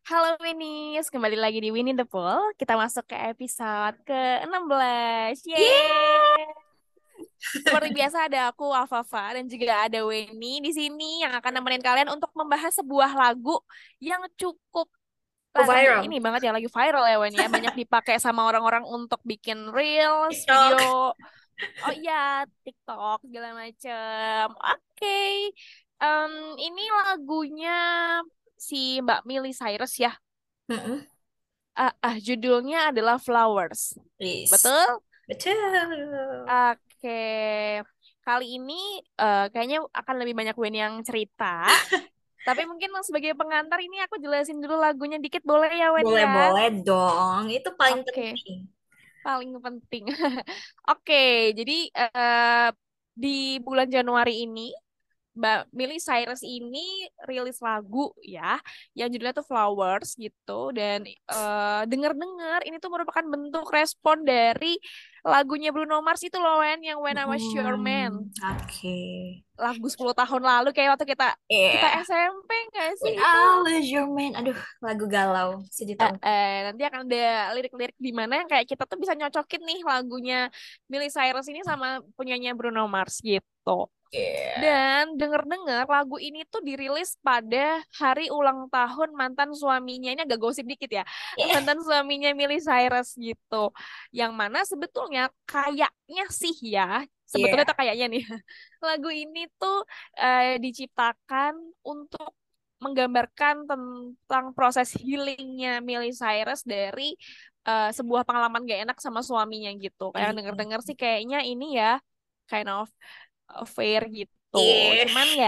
Halo Winis, kembali lagi di Winnie the Pool. Kita masuk ke episode ke-16. Yeay! Yeay! Seperti biasa ada aku, Afafa, dan juga ada Winnie di sini yang akan nemenin kalian untuk membahas sebuah lagu yang cukup Go lagi viral. ini banget ya, lagi viral ya Wen ya. Banyak dipakai sama orang-orang untuk bikin reels, video, TikTok. oh iya, TikTok, segala macem. Oke, Em, ini lagunya si Mbak Miley Cyrus ya. Mm-mm. Judulnya adalah Flowers. Please. Betul? Betul. Oke. Kali ini kayaknya akan lebih banyak Wen yang cerita. Tapi mungkin sebagai pengantar ini aku jelasin dulu lagunya dikit boleh ya Wen ya? Boleh-boleh dong. Itu paling Oke, penting. paling penting. Oke, jadi di bulan Januari ini Mbak Miley Cyrus ini rilis lagu ya yang judulnya tuh Flowers gitu dan denger-dengar ini tuh merupakan bentuk respon dari lagunya Bruno Mars itu loh Wen yang When I Was Your Man, Oke. lagu 10 tahun lalu kayak waktu kita kita Yeah. SMP nggak sih When itu. I was your man. Aduh, lagu galau. Sejuta umat. Nanti akan ada lirik-lirik di mana yang kayak kita tuh bisa nyocokin nih lagunya Miley Cyrus ini sama punyanya Bruno Mars gitu. Yeah. Dan denger-dengar lagu ini tuh dirilis pada hari ulang tahun mantan suaminya. Ini agak gosip dikit ya. Yeah. Mantan suaminya Miley Cyrus gitu. Yang mana sebetulnya kayaknya sih ya. Sebetulnya Yeah. tuh kayaknya nih. Lagu ini tuh diciptakan untuk menggambarkan tentang proses healingnya Miley Cyrus dari sebuah pengalaman gak enak sama suaminya gitu. Kayak Iya. denger-denger sih kayaknya ini ya kind of affair gitu. Yeah. Cuman ya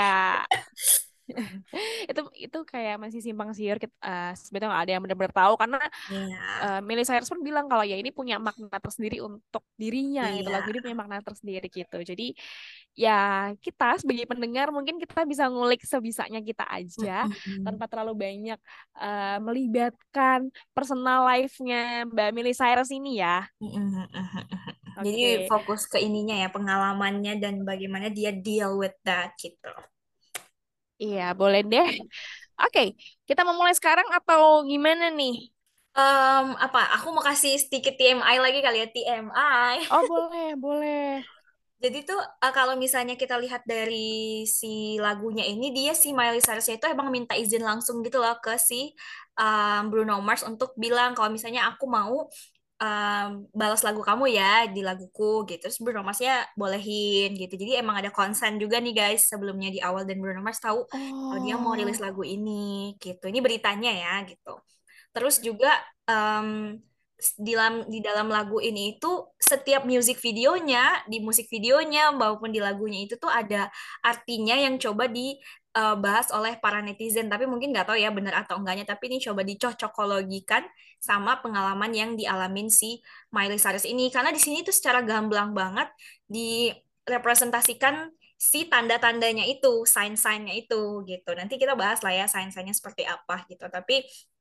itu kayak masih simpang siur kita sebetulnya nggak ada yang benar-benar tahu karena Iya. Miley Cyrus pun bilang kalau ya ini punya makna tersendiri untuk dirinya gitu, lagu Iya. ini punya makna tersendiri gitu, jadi ya kita sebagai pendengar mungkin kita bisa ngulik sebisanya kita aja Mm-mm. tanpa terlalu banyak melibatkan personal life-nya Mbak Miley Cyrus ini ya. Mm-mm. Jadi Oke, fokus ke ininya ya, pengalamannya dan bagaimana dia deal with that gitu. iya boleh deh. Oke, kita mau mulai sekarang atau gimana nih? Apa? Aku mau kasih sedikit TMI lagi kali ya, TMI. Oh boleh, boleh. Jadi tuh kalau misalnya kita lihat dari si lagunya ini, dia si Miley Cyrus itu emang minta izin langsung gitu loh ke si Bruno Mars untuk bilang kalau misalnya aku mau balas lagu kamu ya di laguku gitu. Terus Bruno Mars-nya bolehin gitu. Jadi emang ada konsen juga nih guys sebelumnya di awal dan Bruno Mars tahu kalau dia mau rilis Oh, lagu ini gitu. Ini beritanya ya gitu. Terus juga em, di dalam lagu ini itu setiap musik videonya maupun di lagunya itu tuh ada artinya yang coba dibahas oleh para netizen. Tapi mungkin nggak tahu ya benar atau enggaknya. Tapi ini coba dicocokologikan sama pengalaman yang dialamin si Miley Cyrus ini. Karena di sini tuh secara gamblang banget direpresentasikan si tanda-tandanya itu, sign-signnya itu gitu. Nanti kita bahas lah ya sign-signnya seperti apa gitu. Tapi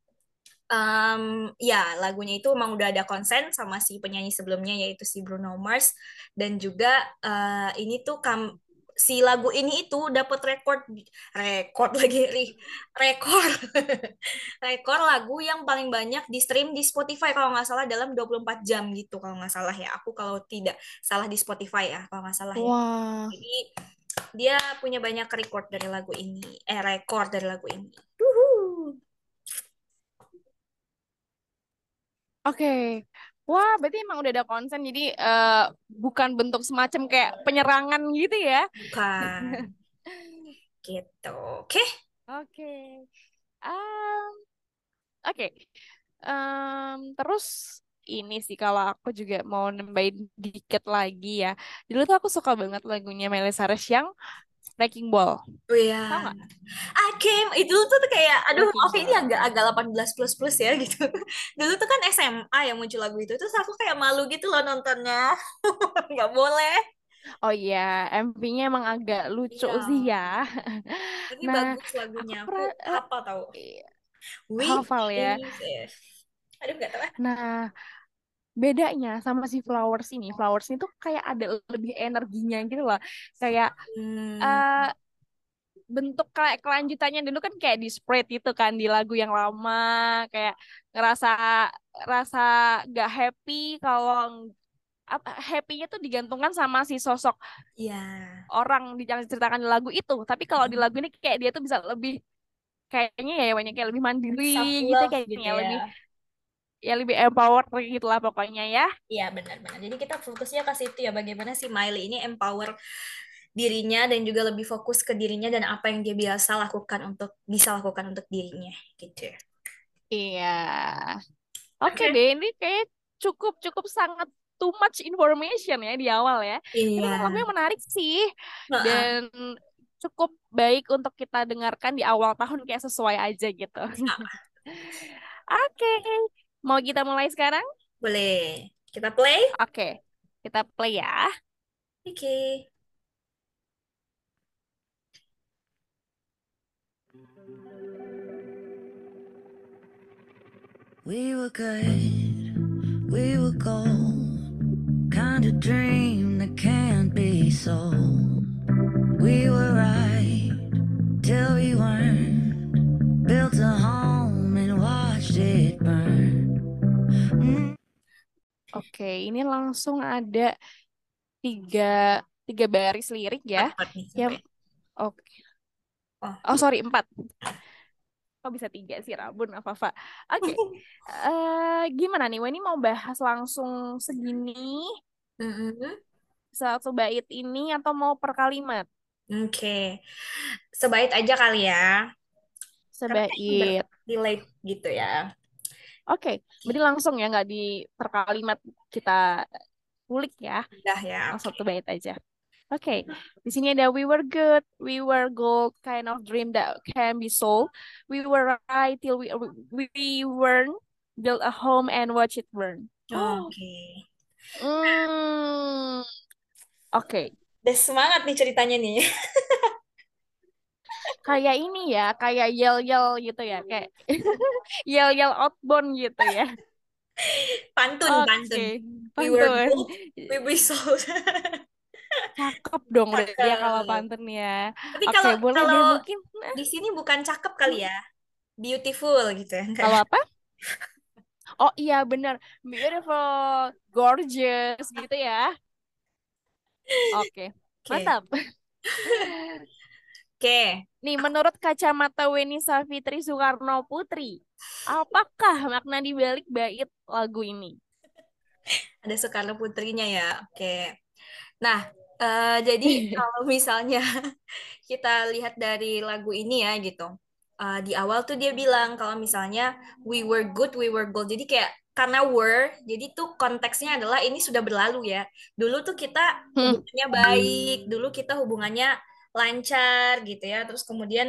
ya, lagunya itu emang udah ada konsen sama si penyanyi sebelumnya yaitu si Bruno Mars dan juga ini tuh si lagu ini itu dapat rekor lagi rekor rekor lagu yang paling banyak di stream di Spotify kalau nggak salah dalam 24 jam gitu kalau nggak salah ya. Aku kalau tidak salah di Spotify ya kalau nggak salah ya. wah. Jadi dia punya banyak rekor dari lagu ini. Oke. Wah, berarti emang udah ada konsen, jadi bukan bentuk semacam kayak penyerangan gitu ya. Bukan. Gitu. Oke. Oke. Um, oke. Terus ini sih kalau aku juga mau nambahin dikit lagi ya. Dulu tuh aku suka banget lagunya Miley Cyrus yang Wrecking Ball. Oh ya. Tahu nggak? Itu tuh kayak, aduh Wrecking maaf ya, ini Ball. agak 18 plus plus ya gitu. Dulu tuh kan SMA yang muncul lagu itu, terus aku kayak malu gitu loh nontonnya. Nggak boleh. Oh iya, MV-nya emang agak lucu Iya. sih ya. Tapi Nah, bagus aku lagunya. Aku pernah hafal tahu. iya, We hafal ya. is it. Aduh nggak tahu. Nah, bedanya sama si Flowers ini tuh kayak ada lebih energinya gitu loh. Kayak Hmm. eh bentuk kayak kelanjutannya dulu kan kayak di spread itu kan di lagu yang lama, kayak ngerasa rasa gak happy kalau happy-nya tuh digantungkan sama si sosok Iya. orang yang diceritakan di lagu itu. Tapi kalau di lagu ini kayak dia tuh bisa lebih kayaknya ya banyak kayak lebih mandiri Self gitu love kayak gitu ya lebih ya. ya lebih empower gitu lah pokoknya ya. Iya benar-benar. Jadi kita fokusnya ke situ ya, bagaimana si Miley ini empower dirinya dan juga lebih fokus ke dirinya dan apa yang dia bisa lakukan untuk dirinya gitu ya. Iya. Oke Oke. deh, ini kayak cukup cukup sangat too much information ya di awal ya. Tapi Iya. emang lagunya menarik sih Heeh. dan cukup baik untuk kita dengarkan di awal tahun kayak sesuai aja gitu. Oke, mau kita mulai sekarang? Boleh. Kita play? Oke, kita play ya. Oke. We were good, we were gold, kind of dream that can't be sold. We were right till we weren't, built a home and watched it burn. Mm. Oke, ini langsung ada tiga tiga baris lirik ya. Empat nih Yang sampai. oke, Oh. oh sorry empat. Kok bisa tiga sih Rabun apa-apa. Oke, gimana nih? Wah, ini mau bahas langsung segini Mm-mm. satu bait ini atau mau per kalimat? Oke. Sebaik aja kali ya. Karena ini Sebaik. relate gitu ya. Oke, berarti langsung ya nggak di per kalimat kita kulik ya. Udah ya, Langsung oke. satu bait aja. Oke, di sini ada we were good, we were gold, kind of dream that can be sold. We were right till we weren't, build a home and watch it burn. Oh, Oke. hmm, oke. Udah semangat nih ceritanya nih. Kayak ini ya, kayak yel-yel gitu ya, kayak yel-yel outbound gitu ya. Pantun, pantun. Oke, We were pantun. gold, we were sold. Cakep dong udah dia kalau Cakep. pantun ya. Tapi Oke, kalau boleh kalau deh mungkin. di sini bukan cakep kali ya. Beautiful gitu ya. Kalau apa? Oh iya bener, beautiful, gorgeous gitu ya. Oke, Oke. mantap. Oke. Nih, menurut kacamata Weni Savitri Soekarno Putri, apakah makna di balik bait lagu ini? Ada Soekarno Putrinya ya. Oke. Nah, jadi kalau misalnya kita lihat dari lagu ini ya gitu. Di awal tuh dia bilang kalau misalnya we were good, we were gold. Jadi kayak karena were, jadi tuh konteksnya adalah ini sudah berlalu ya. Dulu tuh kita Hmm, hubungannya baik, dulu kita hubungannya lancar gitu ya. Terus kemudian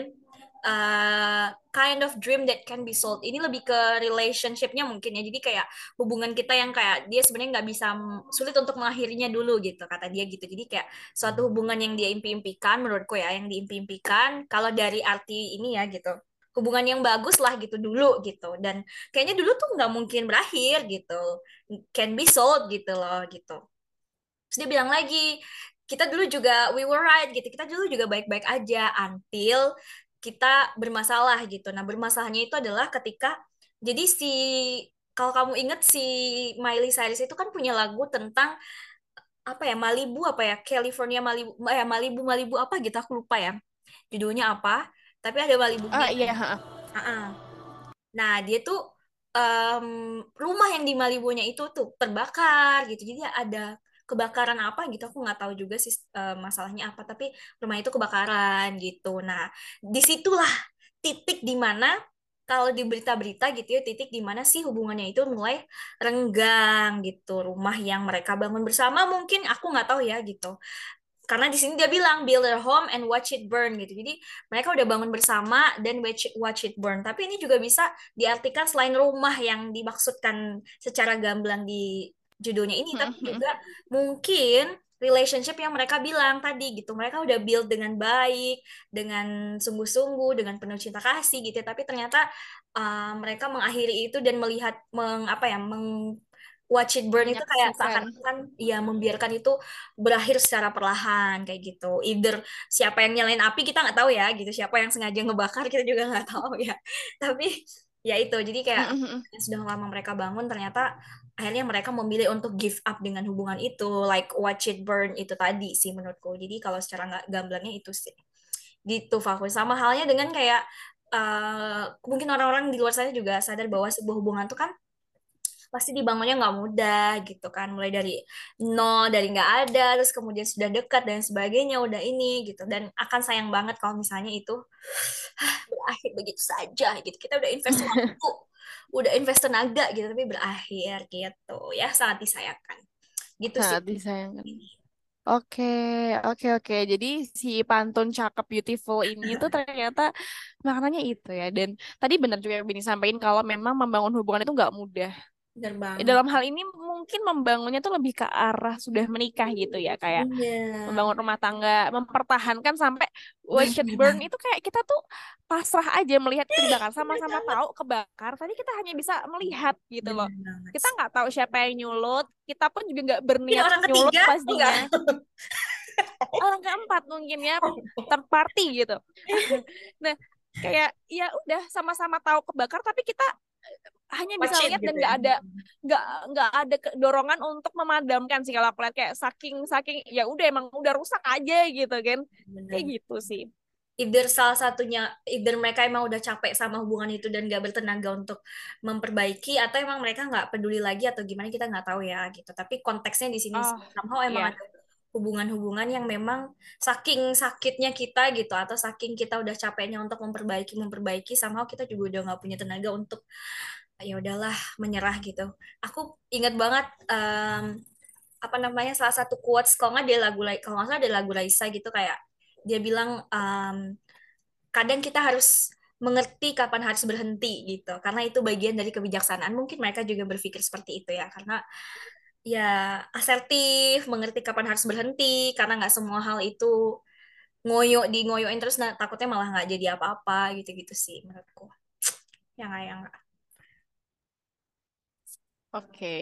kind of dream that can be sold. Ini lebih ke relationship-nya mungkin ya. Jadi kayak hubungan kita yang kayak dia sebenarnya nggak bisa sulit untuk mengakhirinya dulu gitu kata dia gitu. Jadi kayak suatu hubungan yang dia impi-impikan menurutku ya yang diimpi-impikan kalau dari arti ini ya gitu hubungan yang bagus lah gitu dulu gitu dan kayaknya dulu tuh nggak mungkin berakhir gitu can be sold gitu loh gitu terus dia bilang lagi kita dulu juga we were right gitu kita dulu juga baik-baik aja until kita bermasalah gitu nah bermasalahnya itu adalah ketika jadi si kalau kamu inget si Miley Cyrus itu kan punya lagu tentang apa ya Malibu apa ya California Malibu Malibu Malibu apa gitu aku lupa ya judulnya apa tapi ada Malibunya. ah iya, ha. Ah, nah dia tuh em, rumah yang di Malibunya itu tuh terbakar gitu jadi ada kebakaran apa gitu aku nggak tahu juga sih masalahnya apa tapi rumah itu kebakaran gitu nah disitulah titik di mana kalau di berita-berita gitu ya titik di mana sih hubungannya itu mulai renggang gitu rumah yang mereka bangun bersama mungkin aku nggak tahu ya gitu karena di sini dia bilang build a home and watch it burn gitu. Jadi mereka udah bangun bersama dan watch it burn. Tapi ini juga bisa diartikan selain rumah yang dimaksudkan secara gamblang di judulnya ini, Hmm, tapi hmm. juga mungkin relationship yang mereka bilang tadi gitu. Mereka udah build dengan baik, dengan sungguh-sungguh, dengan penuh cinta kasih gitu. Tapi ternyata mereka mengakhiri itu dan melihat apa ya watch it burn itu kayak menyaksikan. seakan-akan ya membiarkan itu berakhir secara perlahan kayak gitu. Either siapa yang nyalain api kita nggak tahu ya gitu, siapa yang sengaja ngebakar kita juga nggak tahu ya. Tapi ya itu, jadi kayak Mm-mm. sudah lama mereka bangun ternyata akhirnya mereka memilih untuk give up dengan hubungan itu, like watch it burn itu tadi sih menurutku. Jadi kalau secara nggak gamblangnya itu sih gitu Fakun. Sama halnya dengan kayak mungkin orang-orang di luar sana juga sadar bahwa sebuah hubungan tuh kan pasti dibangunnya nggak mudah gitu kan, mulai dari nol, dari nggak ada, terus kemudian sudah dekat dan sebagainya, udah ini gitu, dan akan sayang banget kalau misalnya itu berakhir begitu saja gitu. Kita udah invest waktu, udah invest tenaga gitu, tapi berakhir gitu ya, sangat disayangkan gitu sih. Sangat disayangkan. Oke, oke. Jadi si pantun cakep beautiful ini tuh ternyata maknanya itu ya. Dan tadi benar juga yang Bini sampaikan kalau memang membangun hubungan itu nggak mudah. Bener banget. Dalam hal ini mungkin membangunnya tuh lebih ke arah sudah menikah gitu ya, kayak Bener. membangun rumah tangga, mempertahankan sampai watch it Bener burn banget. itu kayak kita tuh pasrah aja melihat itu dibakar, Bener sama-sama banget. tahu kebakar. Tadi kita hanya bisa melihat gitu loh. Bener banget Kita sih. nggak tahu siapa yang nyulut, kita pun juga nggak Mungkin berniat orang nyulut ketiga enggak. pastinya. Orang keempat mungkin ya, third party gitu. Nah, kayak ya udah sama-sama tahu kebakar tapi kita hanya bisa Watch it lihat dan gitu ya. nggak nggak ada dorongan untuk memadamkan sih, kalau aku lihat kayak saking saking ya udah emang udah rusak aja gitu kan, kayak Bener. gitu sih. Either salah satunya, either mereka emang udah capek sama hubungan itu dan gak bertenaga untuk memperbaiki, atau emang mereka nggak peduli lagi atau gimana, kita nggak tahu ya gitu. Tapi konteksnya di sini Oh somehow emang iya. ada hubungan-hubungan yang memang saking sakitnya kita gitu, atau saking kita udah capeknya untuk memperbaiki memperbaiki, somehow kita juga udah nggak punya tenaga untuk ya udahlah menyerah gitu. Aku ingat banget apa namanya, salah satu quotes, kalau nggak dia lagu, kalau nggak salah ada lagu Raisa gitu, kayak dia bilang kadang kita harus mengerti kapan harus berhenti gitu, karena itu bagian dari kebijaksanaan. Mungkin mereka juga berpikir seperti itu ya, karena ya asertif, mengerti kapan harus berhenti, karena nggak semua hal itu ngoyoin terus, nah, takutnya malah nggak jadi apa-apa gitu-gitu sih menurutku. Ya nggak, ya nggak. Oke.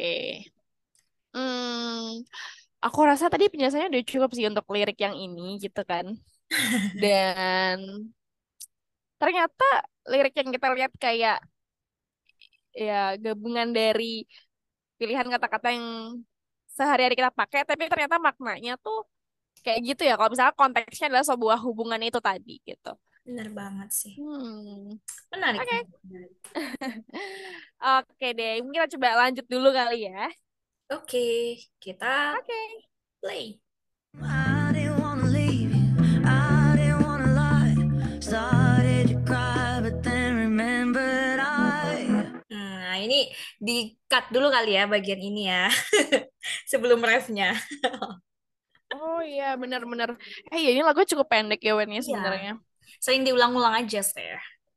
Hmm, aku rasa tadi penjelasannya udah cukup sih untuk lirik yang ini gitu kan. Dan ternyata lirik yang kita lihat kayak ya gabungan dari pilihan kata-kata yang sehari-hari kita pakai, tapi ternyata maknanya tuh kayak gitu ya. Kalau misalnya konteksnya adalah sebuah hubungan itu tadi gitu. Benar banget sih. Hmm, Menarik, oke. menarik. Oke deh, mungkin kita coba lanjut dulu kali ya. Oke, kita Oke. play. I didn't wanna leave you. I didn't wanna lie. Started to cry, but then remembered Nah, ini di cut dulu kali ya bagian ini ya. Sebelum refnya. Oh iya, benar-benar. Ya ini lagu cukup pendek ya Wen ya Iya. sebenarnya. Sering diulang-ulang aja, sih.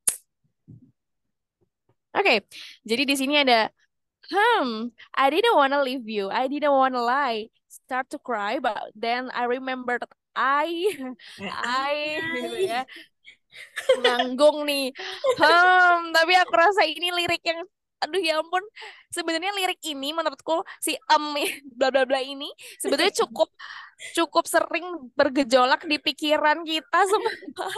Oke, jadi di sini ada I didn't wanna leave you. I didn't wanna lie. Start to cry, but then I remembered I I gitu Ay. ya. Nanggung nih. Tapi aku rasa ini lirik yang aduh ya ampun. Sebenarnya lirik ini menurutku si bla bla bla ini sebetulnya cukup cukup sering bergejolak di pikiran kita semua.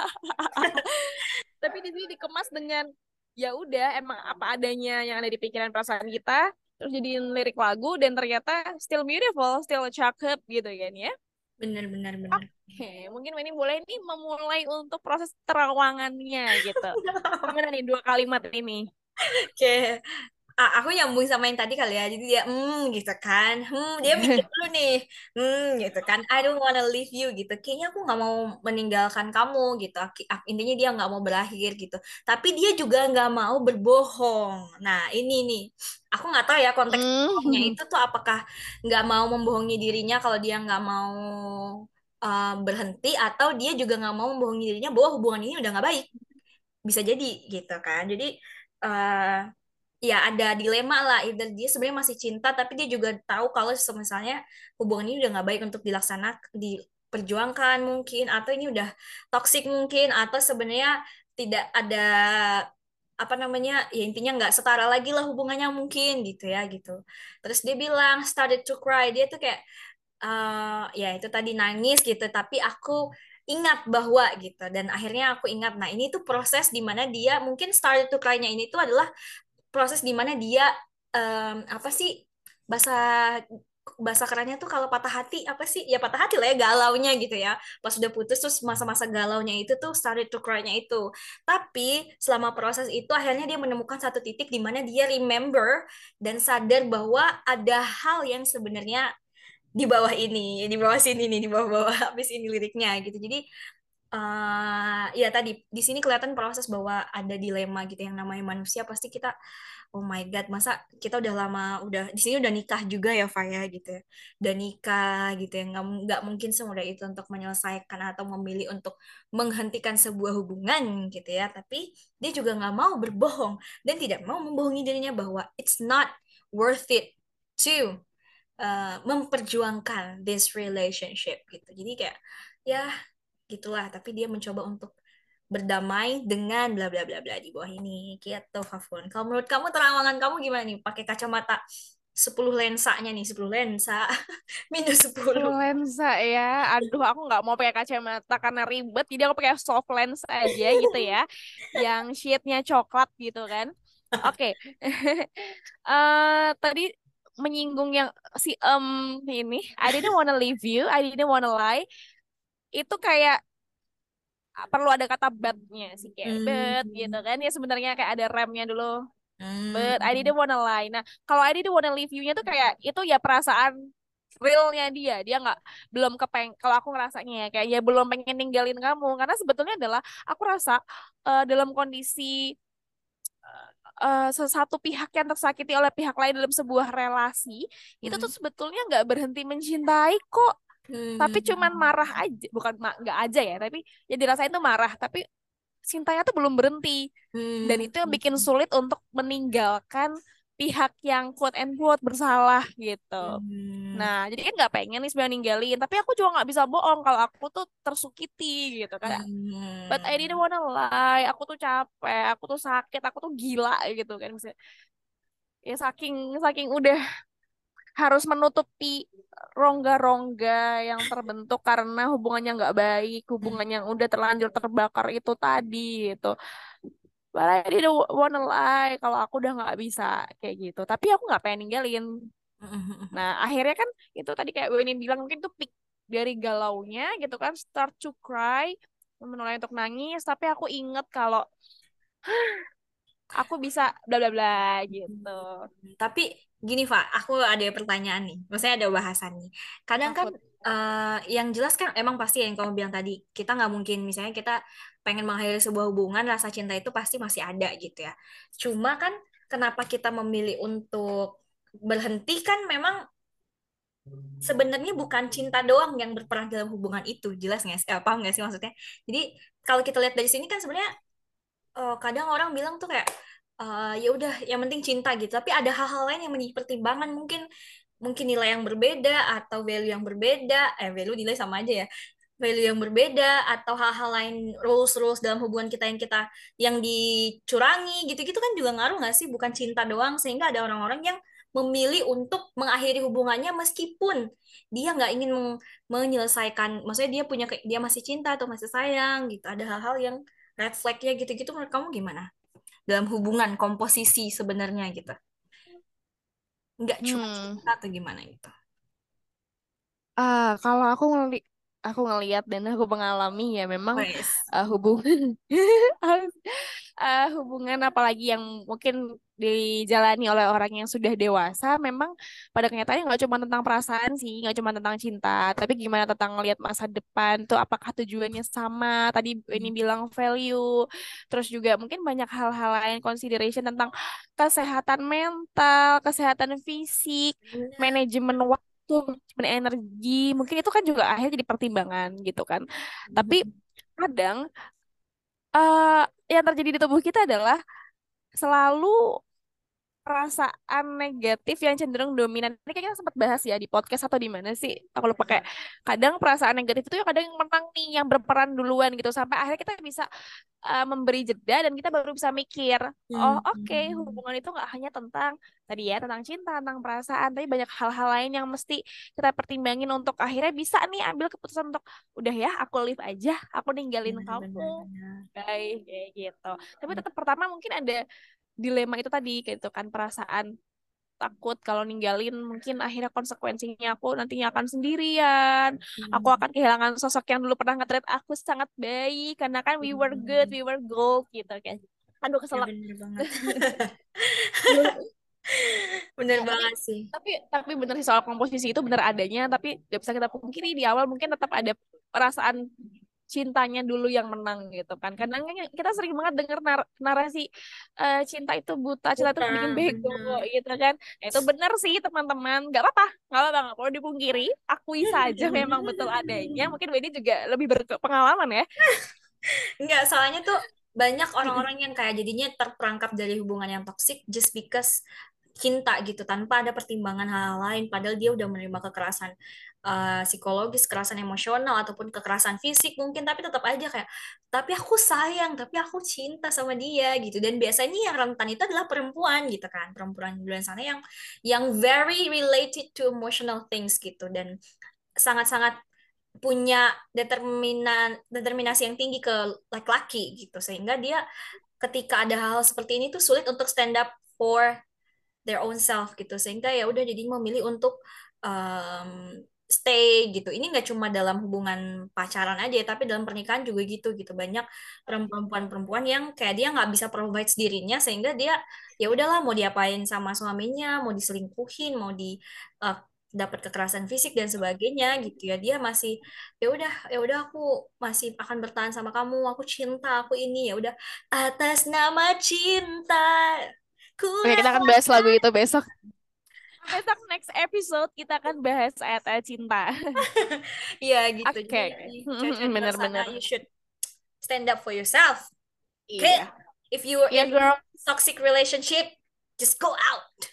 Tapi di sini dikemas dengan ya udah emang apa adanya yang ada di pikiran perasaan kita, terus jadiin lirik lagu dan ternyata still beautiful, still cakep gitu kan ya. Bener, bener, bener. Oke, mungkin ini boleh nih memulai untuk proses terawangannya gitu. Gimana nih dua kalimat ini? Oke, aku nyambung sama yang tadi kali ya. Jadi dia, gitu kan. Dia mikir dulu nih, gitu kan. I don't wanna leave you gitu. Kayaknya aku nggak mau meninggalkan kamu gitu. Intinya dia nggak mau berakhir gitu. Tapi dia juga nggak mau berbohong. Nah, ini nih. Aku nggak tahu ya konteks bohongnya Hmm. itu tuh, apakah nggak mau membohongi dirinya kalau dia nggak mau berhenti, atau dia juga nggak mau membohongi dirinya bahwa hubungan ini udah nggak baik. Bisa jadi gitu kan. Jadi eh ya ada dilema lah, either dia sebenarnya masih cinta tapi dia juga tahu kalau misalnya hubungan ini udah nggak baik untuk dilaksanakan, diperjuangkan mungkin, atau ini udah toksik mungkin, atau sebenarnya tidak ada apa namanya, ya intinya nggak setara lagi lah hubungannya mungkin gitu ya gitu. Terus dia bilang started to cry, dia tuh kayak ya itu tadi nangis gitu, tapi aku ingat bahwa gitu, dan akhirnya aku ingat, nah ini tuh proses di mana dia mungkin started to cry-nya ini tuh adalah proses di mana dia apa sih bahasa bahasa kerennya tuh kalau patah hati apa sih, ya patah hati lah ya, galaunya gitu ya, pas udah putus terus masa-masa galaunya itu tuh started to cry-nya itu. Tapi selama proses itu akhirnya dia menemukan satu titik di mana dia remember dan sadar bahwa ada hal yang sebenarnya di bawah ini, di bawah sini nih, di bawah-bawah habis ini liriknya gitu. Jadi ya tadi di sini kelihatan proses bahwa ada dilema gitu, yang namanya manusia pasti kita, oh my God, masa kita udah lama, udah di sini udah nikah juga ya Faya gitu ya, udah nikah gitu ya, nggak mungkin semudah itu untuk menyelesaikan atau memilih untuk menghentikan sebuah hubungan gitu ya, tapi dia juga nggak mau berbohong dan tidak mau membohongi dirinya bahwa it's not worth it to memperjuangkan this relationship gitu. Jadi kayak ya gitulah, tapi dia mencoba untuk berdamai dengan bla bla bla bla di bawah ini gitu, Fafun. Kalau menurut kamu terawangan kamu gimana nih pakai kacamata 10 lensanya nih, 10 lensa minus 10. Lensa ya, aduh aku nggak mau pakai kacamata karena ribet, jadi aku pakai soft lens aja gitu ya, yang shade-nya coklat gitu kan. Oke. Tadi menyinggung yang si ini, I didn't wanna leave you, I didn't wanna lie, itu kayak perlu ada kata but-nya sih, kayak but gitu Hmm. kan ya, sebenarnya kayak ada remnya dulu. But I Hmm. didn't wanna lie. Nah, kalau I didn't wanna leave you-nya tuh kayak itu ya perasaan realnya dia nggak, belum kalau aku ngerasanya ya kayak ya belum pengen ninggalin kamu, karena sebetulnya adalah aku rasa dalam kondisi satu pihak yang tersakiti oleh pihak lain dalam sebuah relasi itu Hmm. tuh sebetulnya nggak berhenti mencintai kok, tapi cuman Hmm. marah aja, bukan nggak aja ya, tapi ya dirasain tuh marah, tapi cintanya tuh belum berhenti, dan Hmm. itu yang bikin sulit untuk meninggalkan pihak yang quote and quote bersalah gitu. Hmm. Nah, jadi kan nggak pengen nih sebenarnya ninggalin, tapi aku juga nggak bisa bohong kalau aku tuh tersukiti gitu kan. But I didn't Hmm. wanna lie, aku tuh capek, aku tuh sakit, aku tuh gila gitu kan. Ya saking saking udah harus menutupi rongga-rongga yang terbentuk karena hubungannya nggak baik, hubungan yang udah terlanjur terbakar itu tadi gitu. But I didn't wanna lie kalau aku udah nggak bisa kayak gitu. Tapi aku nggak pengen ninggalin. Hmm. Nah akhirnya kan itu tadi kayak Weni bilang, mungkin tuh peak dari galaunya gitu kan, start to cry, mulai untuk nangis. Tapi aku inget kalau aku bisa bla bla bla gitu. Tapi gini, Pak, aku ada pertanyaan nih. Maksudnya ada bahasan nih. Kadang kan Takut. yang jelas kan emang pasti yang kamu bilang tadi, kita nggak mungkin misalnya kita pengen mengakhiri sebuah hubungan, rasa cinta itu pasti masih ada gitu ya. Cuma kan kenapa kita memilih untuk berhenti kan memang sebenarnya bukan cinta doang yang berperan dalam hubungan itu. Jelas nggak sih? Paham nggak sih maksudnya? Jadi kalau kita lihat dari sini kan sebenarnya kadang orang bilang tuh kayak ya udah yang penting cinta gitu, tapi ada hal-hal lain yang menjadi pertimbangan, mungkin mungkin nilai yang berbeda atau value yang berbeda, value nilai sama aja ya, value yang berbeda atau hal-hal lain, rules-rules dalam hubungan kita yang dicurangi gitu-gitu kan juga ngaruh nggak sih, bukan cinta doang, sehingga ada orang-orang yang memilih untuk mengakhiri hubungannya meskipun dia nggak ingin menyelesaikan, maksudnya dia dia masih cinta atau masih sayang gitu, ada hal-hal yang red flag-nya gitu-gitu. Menurut kamu gimana dalam hubungan komposisi sebenarnya gitu, nggak cuma Hmm. cinta atau gimana gitu? Kalau aku ngelihat dan aku mengalami ya memang Wes. hubungan hubungan apalagi yang mungkin dijalani oleh orang yang sudah dewasa, memang pada kenyataannya nggak cuma tentang perasaan sih, nggak cuma tentang cinta, tapi gimana tentang ngelihat masa depan tuh, apakah tujuannya sama, tadi ini bilang value, terus juga mungkin banyak hal-hal lain, consideration tentang kesehatan mental, kesehatan fisik, Benar. manajemen waktu, manajemen energi, mungkin itu kan juga akhirnya jadi pertimbangan gitu kan. Tapi kadang eh yang terjadi di tubuh kita adalah selalu perasaan negatif yang cenderung dominan. Ini kayaknya kita sempat bahas ya di podcast atau di mana sih? Aku lupa kayak kadang perasaan negatif itu ya kadang yang menang nih, yang berperan duluan gitu sampai akhirnya kita bisa memberi jeda dan kita baru bisa mikir, oh oke, Hmm. hubungan itu nggak hanya tentang tadi ya tentang cinta, tentang perasaan, tapi banyak hal-hal lain yang mesti kita pertimbangin untuk akhirnya bisa nih ambil keputusan untuk udah ya aku leave aja, aku ninggalin Benar, kamu, benar, benar. baik kayak gitu. Tapi tetap pertama mungkin ada dilema itu tadi gitu kan perasaan takut kalau ninggalin mungkin akhirnya konsekuensinya aku nantinya akan sendirian, aku Hmm. akan kehilangan sosok yang dulu pernah nge-treat aku sangat baik karena kan we were good, Hmm. we were gold gitu kan. Aduh Ya keselak. bener banget. Bener Ya, tapi banget sih. tapi bener sih soal komposisi itu bener adanya, tapi gak bisa kita pungkiri di awal mungkin tetap ada perasaan cintanya dulu yang menang gitu kan. Kadang kan kita sering banget denger narasi cinta itu buta, cinta itu Buta, bikin bego bener. gitu kan. Nah, itu bener sih teman-teman, gak apa-apa, gak apa-apa, nggak perlu dipungkiri. Akui saja memang betul adanya. Mungkin Wendy juga lebih berpengalaman ya. Enggak, soalnya tuh banyak Mm-mm. orang-orang yang kayak jadinya terperangkap dari hubungan yang toksik just because cinta gitu tanpa ada pertimbangan hal-hal lain padahal dia udah menerima kekerasan psikologis, kekerasan emosional ataupun kekerasan fisik mungkin tapi tetap aja kayak tapi aku sayang, tapi aku cinta sama dia gitu dan biasanya yang rentan itu adalah perempuan gitu kan perempuan di luar sana yang very related to emotional things gitu dan sangat-sangat punya determinasi yang tinggi ke laki-laki gitu sehingga dia ketika ada hal seperti ini tuh sulit untuk stand up for their own self gitu sehingga ya udah jadi memilih untuk stay gitu ini nggak cuma dalam hubungan pacaran aja ya, tapi dalam pernikahan juga gitu gitu banyak perempuan-perempuan yang kayak dia nggak bisa provide dirinya sehingga dia ya udahlah mau diapain sama suaminya mau diselingkuhin mau uh, dapat kekerasan fisik dan sebagainya gitu ya dia masih ya udah aku masih akan bertahan sama kamu aku cinta aku ini ya udah atas nama cinta ku Oke, kita akan bahas lagu itu besok. Besok next episode kita akan bahas ayat-ayat cinta. Iya gitu. Jadi Oke, cewek-cewek di luar sana, bener-bener. you should stand up for yourself. Okay? Iya. If you're Iya, in a girl. toxic relationship, just go out.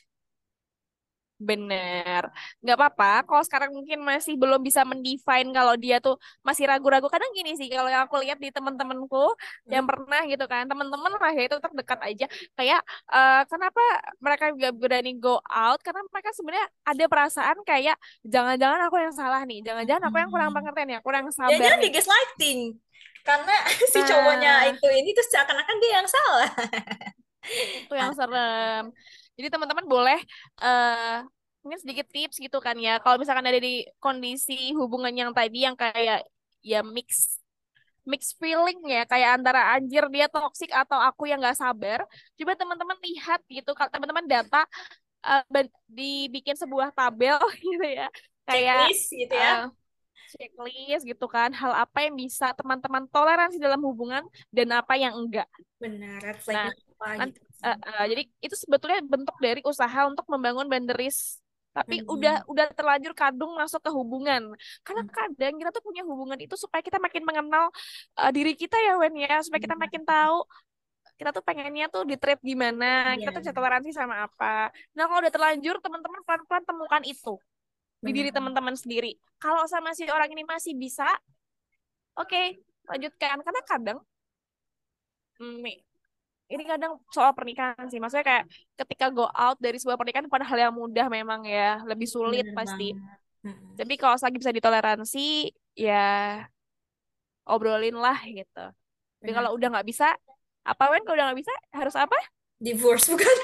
Bener. Nggak apa-apa. Kalau sekarang mungkin masih belum bisa mendefine kalau dia tuh masih ragu-ragu. Kadang gini sih, kalau yang aku lihat di teman-temanku yang Hmm? pernah gitu kan, teman-teman lah ya itu terdekat aja. Kayak kenapa mereka nggak berani go out? Karena mereka sebenarnya ada perasaan kayak jangan-jangan aku yang salah nih, jangan-jangan aku yang kurang Hmm. pengertian ya, kurang sabar Jangan-jangan nih. di gaslighting. Karena si cowoknya Nah, ini tuh seakan-akan dia yang salah. itu yang serem. Jadi teman-teman boleh eh mungkin sedikit tips gitu kan ya. Kalau misalkan ada di kondisi hubungan yang tadi yang kayak ya mix feeling ya, kayak antara anjir dia toksik atau aku yang nggak sabar. Coba teman-teman lihat gitu, kalau teman-teman data dibikin sebuah tabel gitu ya. Kayak Checklist gitu ya. eh, checklist gitu kan, hal apa yang bisa teman-teman toleransi dalam hubungan dan apa yang enggak. Benar, red Nah, flag-nya apa nanti, gitu. jadi itu sebetulnya bentuk dari usaha untuk membangun boundaries. Tapi Hmm. udah terlanjur kadung masuk ke hubungan. Karena Hmm. kadang kita tuh punya hubungan itu supaya kita makin mengenal diri kita ya, Wen ya, supaya kita Benar. makin tahu kita tuh pengennya tuh di treat gimana, kita tuh Iya, toleransi sama apa. Nah, kalau udah terlanjur, teman-teman pelan-pelan temukan itu di diri benar. teman-teman sendiri. Kalau sama si orang ini masih bisa, oke, lanjutkan. Karena kadang mm, ini kadang soal pernikahan sih. Maksudnya kayak ketika go out dari sebuah pernikahan pada hal yang mudah memang ya, lebih sulit Benar pasti. banget. Hmm. Tapi kalau lagi bisa ditoleransi, ya obrolin lah gitu. Tapi Benar. kalau udah nggak bisa, apa Wen? Kalau udah nggak bisa, harus apa? Divorce bukan?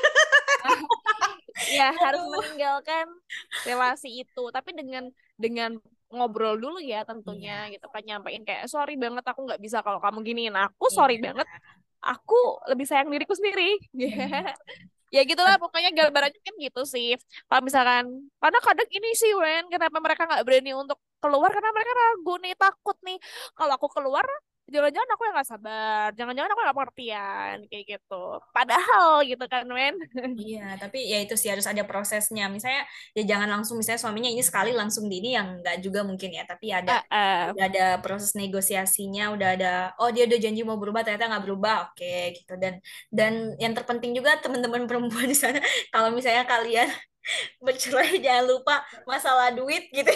Ya harus Aduh. meninggalkan relasi itu. Tapi dengan ngobrol dulu ya tentunya Iya, gitu kan nyampein kayak sorry banget aku nggak bisa kalau kamu giniin aku, sorry iya, banget aku lebih sayang diriku sendiri. benar. Ya gitulah pokoknya gambarannya kan gitu sih. Kalau misalkan karena kadang ini sih Wen, kenapa mereka nggak berani untuk keluar karena mereka ragu nih, takut nih kalau aku keluar jangan-jangan aku yang nggak sabar, jangan-jangan aku yang nggak pengertian kayak gitu. Padahal gitu kan, men. Iya, tapi ya itu sih harus ada prosesnya. Misalnya ya jangan langsung misalnya suaminya ini sekali langsung di ini yang enggak juga mungkin ya, tapi ada Ah, ah. udah ada proses negosiasinya, udah ada oh dia udah janji mau berubah ternyata nggak berubah, oke gitu. Dan yang terpenting juga teman-teman perempuan di sana kalau misalnya kalian bercerai jangan lupa masalah duit gitu.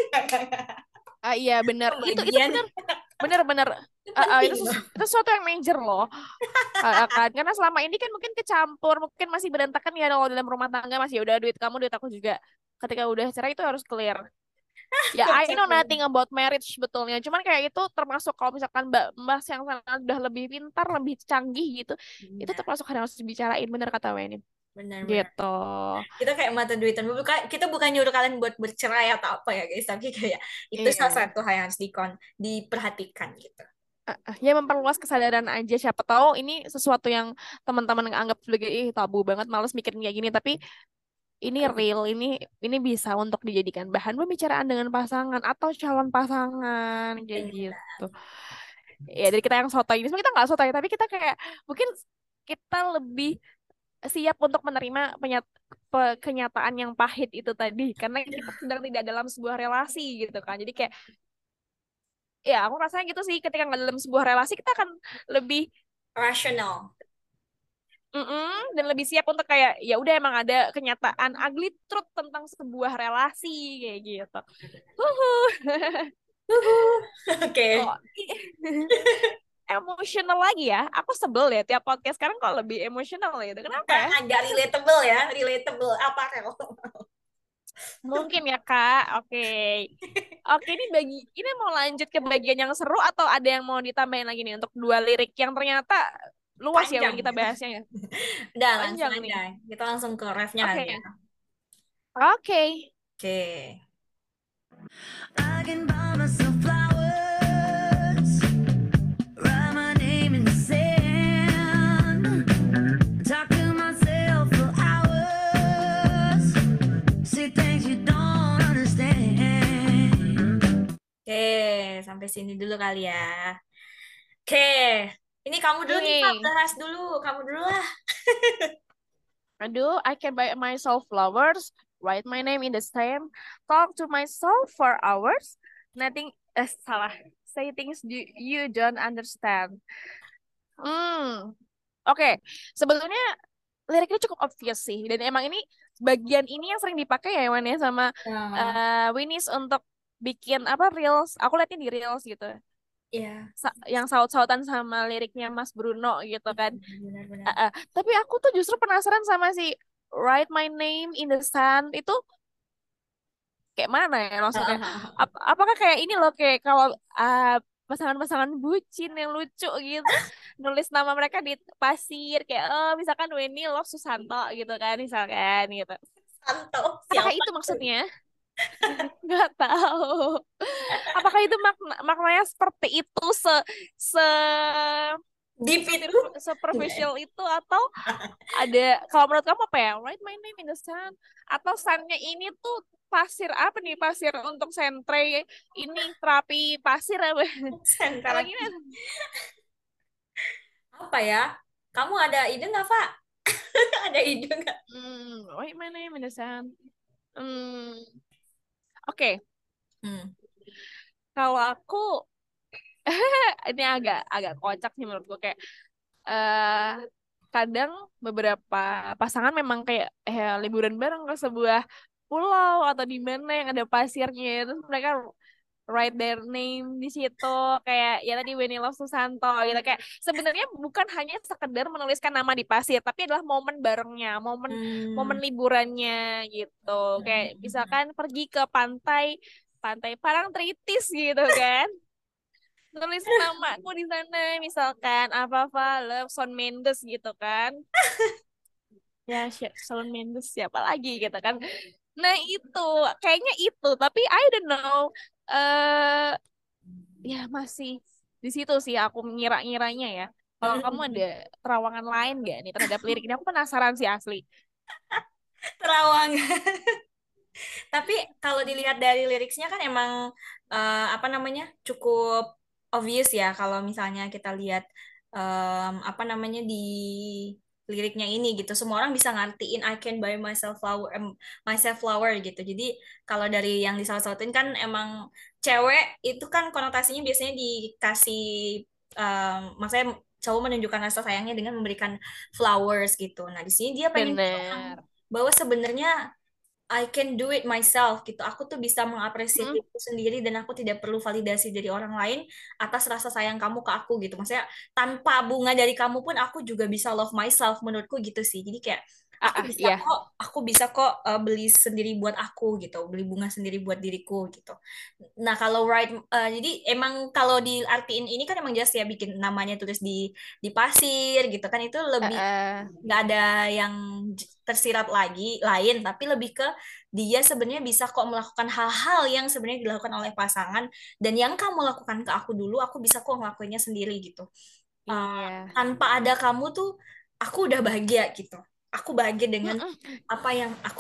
Ah, iya benar. Itu Pembagian benar-benar itu penting loh. itu sesuatu yang major loh. Kan karena selama ini kan mungkin kecampur, mungkin masih berantakan ya kalau dalam rumah tangga masih udah duit kamu duit aku juga. Ketika udah cerai itu harus clear. Ya, I Kocak know banget. nothing about marriage sebetulnya. Cuman kayak itu termasuk kalau misalkan mbak yang sana udah lebih pintar, lebih canggih gitu, itu Benar, termasuk hal yang harus dibicarain bener kata Weni. benar. Gitu. Kita kayak mata duitan kita bukan nyuruh kalian buat bercerai atau apa ya guys, tapi kayak itu salah Iya. satu hal yang harus diperhatikan gitu. Ya memperluas kesadaran aja siapa tahu ini sesuatu yang teman-teman anggap sebagai tabu banget, males mikirin kayak gini, tapi ini real, ini bisa untuk dijadikan bahan pembicaraan dengan pasangan atau calon pasangan kayak Benar. gitu. Ya dari kita yang sotoy ini, sebenarnya kita nggak sotoy, tapi kita kayak mungkin kita lebih siap untuk menerima kenyataan yang pahit itu tadi karena kita sedang tidak dalam sebuah relasi gitu kan. Jadi kayak ya aku rasanya gitu sih ketika nggak dalam sebuah relasi kita akan lebih Rasional. dan lebih siap untuk kayak ya udah emang ada kenyataan ugly truth tentang sebuah relasi kayak gitu. Huhu. Uhuh. Kok Oke. emosional lagi ya? Aku sebel ya tiap podcast sekarang kok lebih emosional gitu. Kenapa ya? Agak relatable ya, relatable apa Rel? Mungkin ya Kak. Oke. Oke, ini mau lanjut ke bagian yang seru atau ada yang mau ditambahin lagi nih untuk dua lirik yang ternyata luas ya Wen Panjang. kita bahasnya ya. Udah langsung Panjang aja. nih. Kita langsung ke refnya kali ya. Oke. Oke. Oke. I can buy myself flowers, write my name in the sand, talk to myself for hours, see things you don't understand. Oke, sampai sini dulu kali ya. Oke. Ini kamu dulu nih, Kak. Nih. Bahas dulu. Kamu dulu lah. Aduh, I can buy myself flowers, write my name in the sand, talk to myself for hours, nothing, salah, say things you don't understand. Hmm, oke. Sebetulnya liriknya cukup obvious sih, dan emang ini bagian ini yang sering dipakai ya Wan ya sama Nah, Winis untuk bikin apa reels. Aku liatnya di reels gitu, ya. yang saut-sautan sama liriknya Mas Bruno gitu kan. Benar-benar. Tapi aku tuh justru penasaran sama si Write My Name in the Sun itu kayak mana ya maksudnya? Apakah kayak ini loh kayak kalau pasangan-pasangan bucin yang lucu gitu nulis nama mereka di pasir kayak misalkan Weni Love Susanto gitu kan misalkan gitu. Santo, Apakah siapa? itu maksudnya? Nggak tahu. Apakah itu maknanya seperti itu se Deep itu. superficial itu atau ada kalau menurut kamu apa ya? Write my name in the sun atau sunnya ini tuh pasir apa nih pasir untuk sentre ini terapi pasir apa? Atau Sentara. gimana? Apa ya? Kamu ada ide nggak, Pak? Ada ide nggak? Write my name in the sun. Hmm, oke. Hmm. Kalau aku ini agak agak kocak sih menurutku kayak eh kadang beberapa pasangan memang kayak liburan bareng ke sebuah pulau atau di mana yang ada pasirnya terus mereka write their name di situ kayak ya tadi Weni Love Susanto gitu kayak sebenarnya bukan hanya sekedar menuliskan nama di pasir tapi adalah momen barengnya momen momen Hmm. liburannya gitu kayak misalkan pergi ke pantai pantai Parangtritis gitu kan nulis namaku di sana misalkan apa Love Shawn Mendes gitu kan ya Shawn Mendes siapa lagi gitu kan nah itu kayaknya itu tapi I don't know eh ya masih di situ sih aku ngira-ngiranya ya kalau kamu ada terawangan lain gak nih terhadap lirik ini aku penasaran sih asli. Terawang. Tapi kalau dilihat dari liriknya kan emang apa namanya cukup obvious ya kalau misalnya kita lihat apa namanya di liriknya ini gitu. Semua orang bisa ngertiin I can buy myself flower gitu. Jadi kalau dari yang disaut-sautin kan emang cewek itu kan konotasinya biasanya dikasih maksudnya cowok menunjukkan rasa sayangnya dengan memberikan flowers gitu. Nah, di sini dia pengen bilang Bener. bahwa sebenarnya I can do it myself gitu. Aku tuh bisa mengapresiasi Mm, diriku sendiri dan aku tidak perlu validasi dari orang lain atas rasa sayang kamu ke aku gitu. Maksudnya tanpa bunga dari kamu pun aku juga bisa love myself menurutku gitu sih. Jadi kayak iya. aku bisa kok beli sendiri buat aku gitu, beli bunga sendiri buat diriku gitu. Nah, kalau jadi emang kalau diartiin ini kan emang jelas ya bikin namanya tulis di pasir gitu kan itu lebih Eh, nggak ada yang tersirat lagi lain tapi lebih ke dia sebenarnya bisa kok melakukan hal-hal yang sebenarnya dilakukan oleh pasangan dan yang kamu lakukan ke aku dulu aku bisa kok ngelakuinnya sendiri gitu. Uh, iya. Tanpa ada kamu tuh aku udah bahagia gitu, aku bahagia dengan Mm-mm. apa yang aku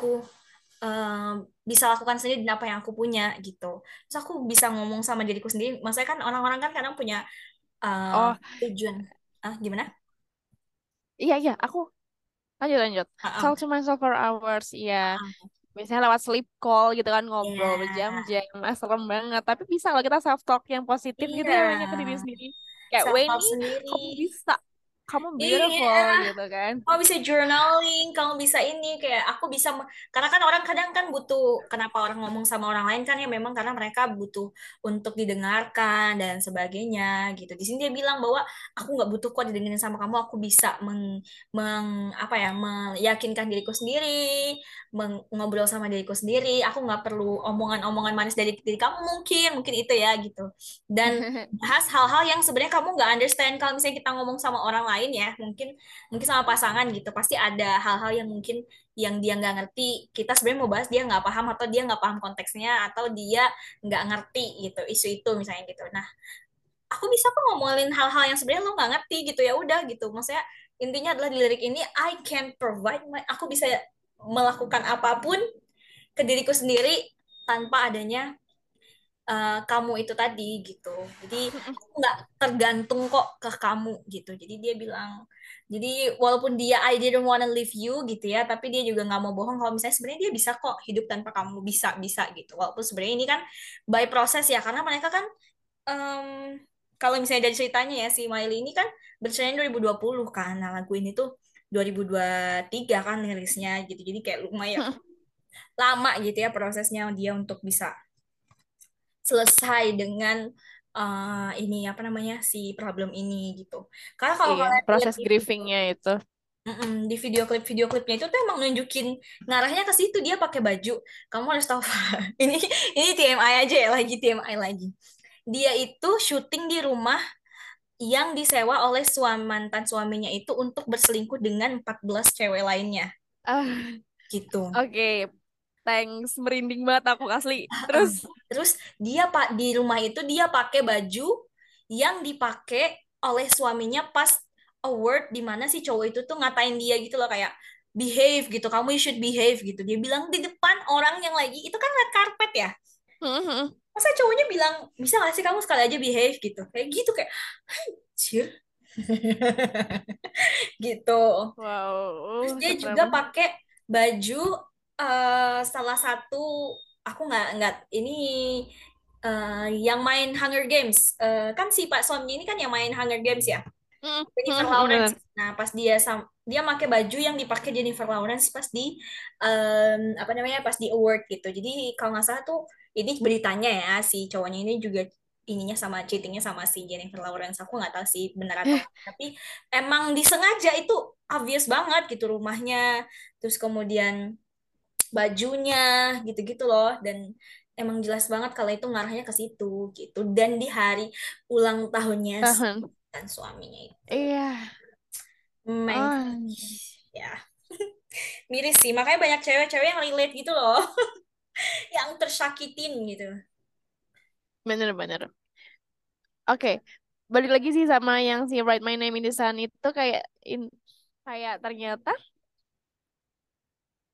bisa lakukan sendiri dan apa yang aku punya gitu. Terus aku bisa ngomong sama diriku sendiri. Maksudnya kan orang-orang kan kadang punya Oh, tujuan. Gimana? iya, iya. Aku lanjut, lanjut. Uh-uh. Talk to myself for hours. Iya. Biasanya lewat sleep call gitu kan, ngobrol Ya, berjam-jam. Serem banget. Tapi bisa kalau kita self-talk yang positif gitu iya. ya, banyak ke diri sendiri. Kayak, Self Weni, love sendiri. kamu bisa. Kamu Iya, beautiful gitu kan. kamu bisa journaling, kamu bisa ini kayak aku bisa karena kan orang kadang kan butuh kenapa orang ngomong sama orang lain kan ya memang karena mereka butuh untuk didengarkan dan sebagainya gitu. Di sini dia bilang bahwa aku nggak butuh kok didengerin sama kamu, aku bisa apa ya meyakinkan diriku sendiri, ngobrol sama diriku sendiri. Aku nggak perlu omongan-omongan manis dari diri kamu mungkin itu ya gitu. Dan bahas hal-hal yang sebenarnya kamu nggak understand kalau misalnya kita ngomong sama orang lain ya mungkin mungkin sama pasangan gitu pasti ada hal-hal yang mungkin yang dia nggak ngerti kita sebenarnya mau bahas dia nggak paham atau dia nggak paham konteksnya atau dia nggak ngerti gitu isu itu misalnya gitu nah aku bisa kok ngomongin hal-hal yang sebenarnya lo nggak ngerti gitu ya udah gitu maksudnya intinya adalah di lirik ini I can provide aku bisa melakukan apapun ke diriku sendiri tanpa adanya kamu itu tadi gitu. Jadi aku nggak tergantung kok ke kamu gitu. Jadi dia bilang, jadi walaupun dia I didn't wanna leave you gitu ya, tapi dia juga nggak mau bohong kalau misalnya sebenarnya dia bisa kok hidup tanpa kamu bisa bisa gitu. Walaupun sebenarnya ini kan by proses ya karena mereka kan em, kalau misalnya dari ceritanya ya si Miley ini kan bercerai 2020 kan. Nah lagu ini tuh 2023 kan rilisnya gitu. Jadi kayak lumayan lama gitu ya prosesnya dia untuk bisa selesai dengan ini apa namanya si problem ini gitu. Karena kalau Iya, kalian lihat proses di grievingnya itu. di video klipnya itu tuh emang nunjukin ngarahnya ke situ dia pakai baju. Kamu harus tahu ini ini TMI aja ya lagi TMI lagi. Dia itu syuting di rumah yang disewa oleh mantan suaminya itu untuk berselingkuh dengan 14 cewek lainnya Ah, gitu. oke. Thanks, merinding banget aku asli. Heeh. Terus, Terus dia Pak di rumah itu dia pakai baju yang dipakai oleh suaminya pas award di mana si cowok itu tuh ngatain dia gitu loh kayak behave gitu, kamu you should behave gitu. Dia bilang di depan orang yang lagi itu kan red carpet ya. Masa cowoknya bilang bisa gak sih kamu sekali aja behave gitu. Kayak gitu kayak anjir gitu. Terus wow, dia juga serem. pakai baju salah satu aku nggak ini yang main Hunger Games. Kan si Pak Suami ini kan yang main Hunger Games ya. Jennifer Lawrence. Bener. Nah, pas dia pakai baju yang dipakai Jennifer Lawrence pas di apa namanya pas di award gitu. Jadi kalau nggak salah tuh ini beritanya ya si cowoknya ini juga ininya sama cheatingnya sama si Jennifer Lawrence. Aku nggak tahu sih benar atau enggak. Tapi emang disengaja itu obvious banget gitu rumahnya. Terus kemudian bajunya gitu-gitu loh dan emang jelas banget kalau itu ngarahnya ke situ gitu. Dan di hari ulang tahunnya Tahan. dan suaminya itu. Iya. Meng Oh, ya miris sih makanya banyak cewek-cewek yang relate gitu loh yang tersakitin gitu. bener-bener. Oke, balik lagi sih sama yang si Write My Name in the Sun itu kayak ternyata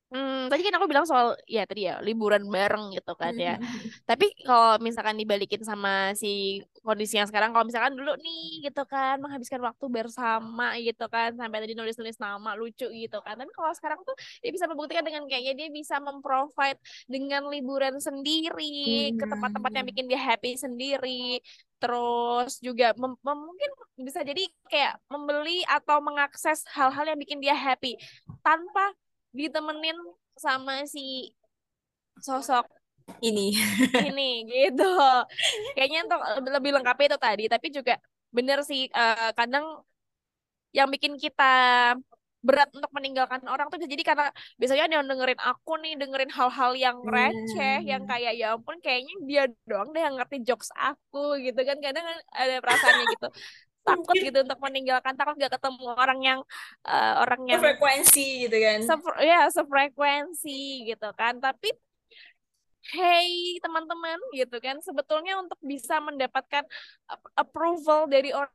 Tadi kan aku bilang soal ya tadi ya liburan bareng gitu kan ya. Tapi kalau misalkan dibalikin sama si kondisi yang sekarang, kalau misalkan dulu nih gitu kan menghabiskan waktu bersama gitu kan sampai tadi nulis-nulis nama lucu gitu kan. Tapi kalau sekarang tuh dia bisa membuktikan dengan kayaknya dia bisa memprovide dengan liburan sendiri ke tempat-tempat yang bikin dia happy sendiri. Terus juga mungkin bisa jadi kayak membeli atau mengakses hal-hal yang bikin dia happy tanpa ditemenin sama si sosok Ini. ini gitu. Kayaknya untuk lebih lengkap itu tadi, tapi juga bener sih kadang yang bikin kita berat untuk meninggalkan orang tuh jadi karena biasanya dia dengerin aku nih dengerin hal-hal yang receh yang Nah, kayak ya ampun kayaknya dia doang deh yang ngerti jokes aku gitu kan kadang ada perasaannya gitu takut mungkin gitu untuk meninggalkan takut gak ketemu orang yang berfrekuensi gitu kan. ya sefrekuensi gitu kan tapi hey teman-teman gitu kan sebetulnya untuk bisa mendapatkan approval dari orang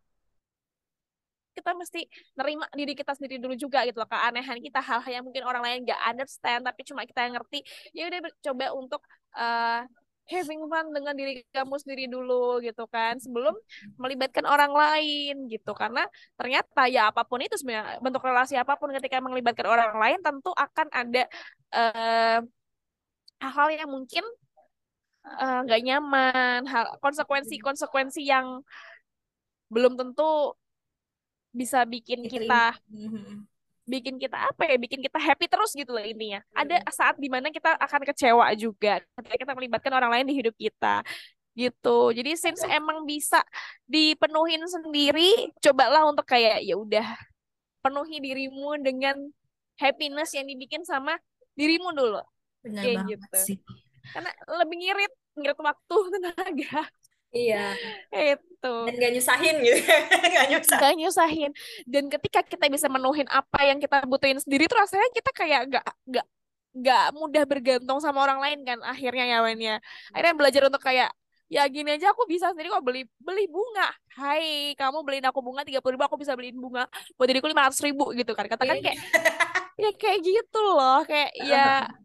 kita mesti nerima diri kita sendiri dulu juga gitu loh keanehan kita hal-hal yang mungkin orang lain gak understand tapi cuma kita yang ngerti ya udah coba untuk uh, having fun dengan diri kamu sendiri dulu gitu kan sebelum melibatkan orang lain gitu karena ternyata ya apapun itu sebenarnya bentuk relasi apapun ketika melibatkan orang lain tentu akan ada uh, hal-hal yang mungkin nggak nyaman hal konsekuensi-konsekuensi yang belum tentu bisa Diterima. bikin kita apa ya bikin kita happy terus gitu loh intinya ada saat dimana kita akan kecewa juga ketika kita melibatkan orang lain di hidup kita gitu jadi since emang bisa dipenuhin sendiri cobalah untuk kayak ya udah penuhi dirimu dengan happiness yang dibikin sama dirimu dulu Benar kayak banget gitu sih. karena lebih ngirit ngirit waktu tenaga Iya. itu Dan gak nyusahin gitu. Gak nyusah. gak nyusahin dan ketika kita bisa menuhin apa yang kita butuhin sendiri tuh rasanya kita kayak gak mudah bergantung sama orang lain kan akhirnya ya Wen ya akhirnya belajar untuk kayak ya gini aja aku bisa sendiri kok beli beli bunga hai kamu beliin aku bunga 30.000 aku bisa beliin bunga buat diriku 500.000 gitu kan katakan kayak ya kayak gitu loh kayak ya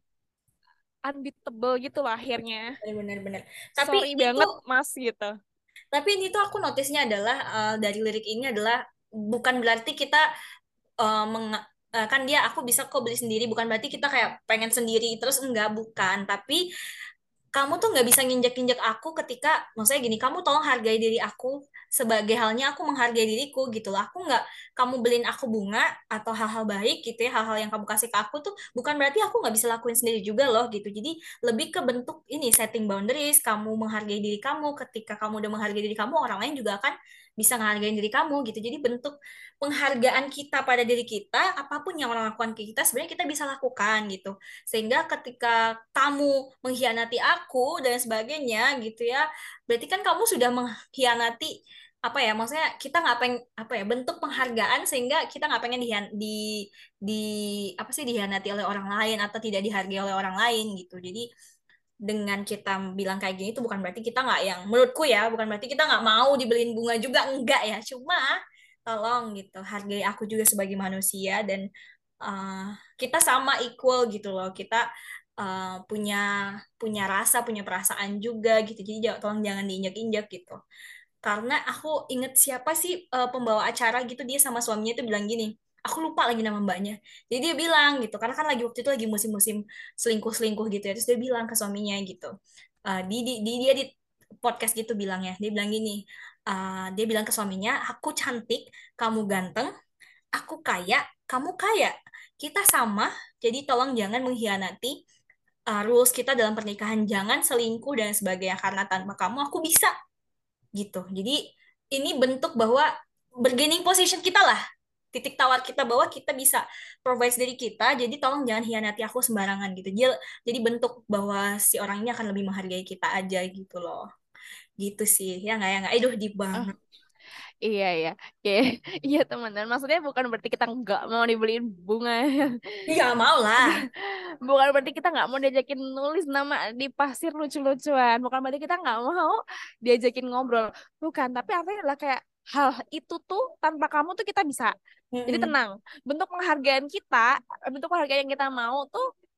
unbeatable gitu loh akhirnya Benar-benar. sorry banget mas gitu. Tapi ini tuh aku notisnya adalah dari lirik ini adalah bukan berarti kita kan dia aku bisa kok beli sendiri bukan berarti kita kayak pengen sendiri terus enggak bukan tapi kamu tuh nggak bisa nginjek-injek aku ketika maksudnya gini kamu tolong hargai diri aku sebagai halnya aku menghargai diriku gitu loh aku nggak kamu beliin aku bunga atau hal-hal baik gitu ya hal-hal yang kamu kasih ke aku tuh bukan berarti aku nggak bisa lakuin sendiri juga loh gitu jadi lebih ke bentuk ini setting boundaries kamu menghargai diri kamu ketika kamu udah menghargai diri kamu orang lain juga akan bisa menghargai diri kamu gitu jadi bentuk penghargaan kita pada diri kita apapun yang orang lakukan ke kita sebenarnya kita bisa lakukan gitu sehingga ketika kamu mengkhianati aku dan sebagainya gitu ya, berarti kan kamu sudah mengkhianati apa ya maksudnya kita nggak pengen apa ya bentuk penghargaan sehingga kita nggak pengen di apa sih dihianati oleh orang lain atau tidak dihargai oleh orang lain gitu jadi dengan kita bilang kayak gini itu bukan berarti kita nggak yang menurutku ya bukan berarti kita nggak mau dibeliin bunga juga enggak ya cuma tolong gitu hargai aku juga sebagai manusia dan uh, kita sama equal gitu loh kita punya punya rasa punya perasaan juga gitu jadi tolong jangan diinjak-injak gitu karena aku inget siapa sih pembawa acara gitu dia sama suaminya itu bilang gini aku lupa lagi nama mbaknya jadi dia bilang gitu karena kan lagi waktu itu lagi musim-musim selingkuh-selingkuh gitu ya terus dia bilang ke suaminya gitu dia di podcast gitu bilangnya dia bilang gini dia bilang ke suaminya aku cantik kamu ganteng aku kaya kamu kaya kita sama jadi tolong jangan mengkhianati rules kita dalam pernikahan jangan selingkuh dan sebagainya karena tanpa kamu aku bisa gitu. Jadi ini bentuk bahwa bargaining position kita lah. Titik tawar kita bahwa kita bisa provide dari kita, jadi tolong jangan hianati aku sembarangan gitu. Jadi bentuk bahwa si orang ini akan lebih menghargai kita aja gitu loh. Gitu sih. Ya nggak ya nggak. Aduh deep Oh, banget. iya iya kayak iya teman-teman maksudnya bukan berarti kita nggak mau dibeliin bunga Iya mau lah. bukan berarti kita nggak mau diajakin nulis nama di pasir lucu-lucuan bukan berarti kita nggak mau diajakin ngobrol bukan tapi artinya adalah kayak hal itu tuh tanpa kamu tuh kita bisa jadi Mm-mm. tenang bentuk penghargaan kita bentuk penghargaan yang kita mau tuh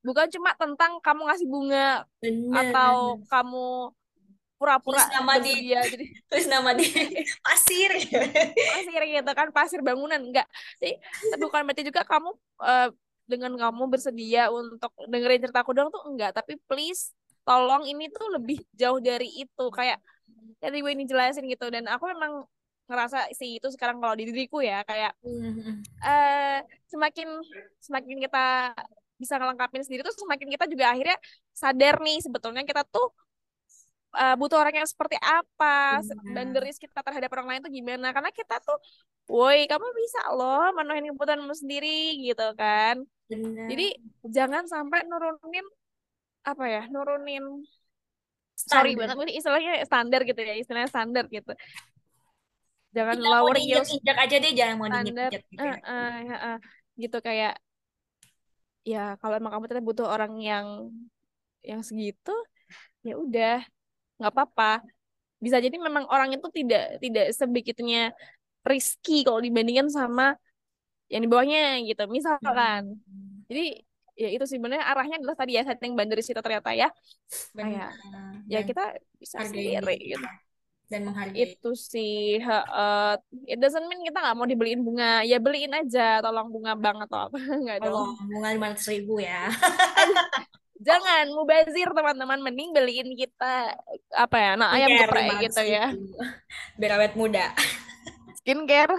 bukan cuma tentang kamu ngasih bunga Bener. atau kamu pura-pura Tulis nama di bersedia jadi tulis nama di pasir. pasir gitu kan, pasir bangunan enggak. Jadi tapi bukan berarti juga kamu eh, dengan kamu bersedia untuk dengerin ceritaku doang tuh enggak, tapi please tolong ini tuh lebih jauh dari itu, kayak tadi gue ini jelasin gitu. Dan aku memang ngerasa sih itu sekarang kalau di diriku ya, kayak eh semakin semakin kita bisa ngelengkapin sendiri tuh semakin kita juga akhirnya sadar nih sebetulnya kita tuh butuh orang yang seperti apa, Bener. boundaries kita terhadap orang lain tuh gimana, karena kita tuh woi kamu bisa loh menuhin kebutuhanmu sendiri gitu kan. Jadi Bener. jangan sampai nurunin apa ya, nurunin, sorry banget Standar. ini istilahnya standar gitu ya, istilahnya standar gitu, jangan Tidak mau lower your diinjak-injak aja deh, jangan mau standar. diinjak-injak gitu ya. Gitu kayak ya kalau emang kamu ternyata butuh orang yang segitu, ya udah nggak apa-apa. Bisa jadi memang orang itu tidak sebegitunya risky kalau dibandingkan sama yang di bawahnya gitu misalkan. Hmm. Jadi ya itu sih sebenarnya arahnya adalah tadi ya, setting boundaries itu ternyata ya, Benar. kayak ya Dan kita bisa hargai sendiri diri gitu. dan menghargai. Itu sih it doesn't mean kita nggak mau dibeliin bunga, ya beliin aja tolong bunga bank atau apa. Nggak dong. Kalau bunga 500.000 ya. Jangan mubazir teman-teman, mending beliin kita apa ya, nah ayam Skincare geprek lima gitu ratus ya, ribu Biar awet muda. skincare.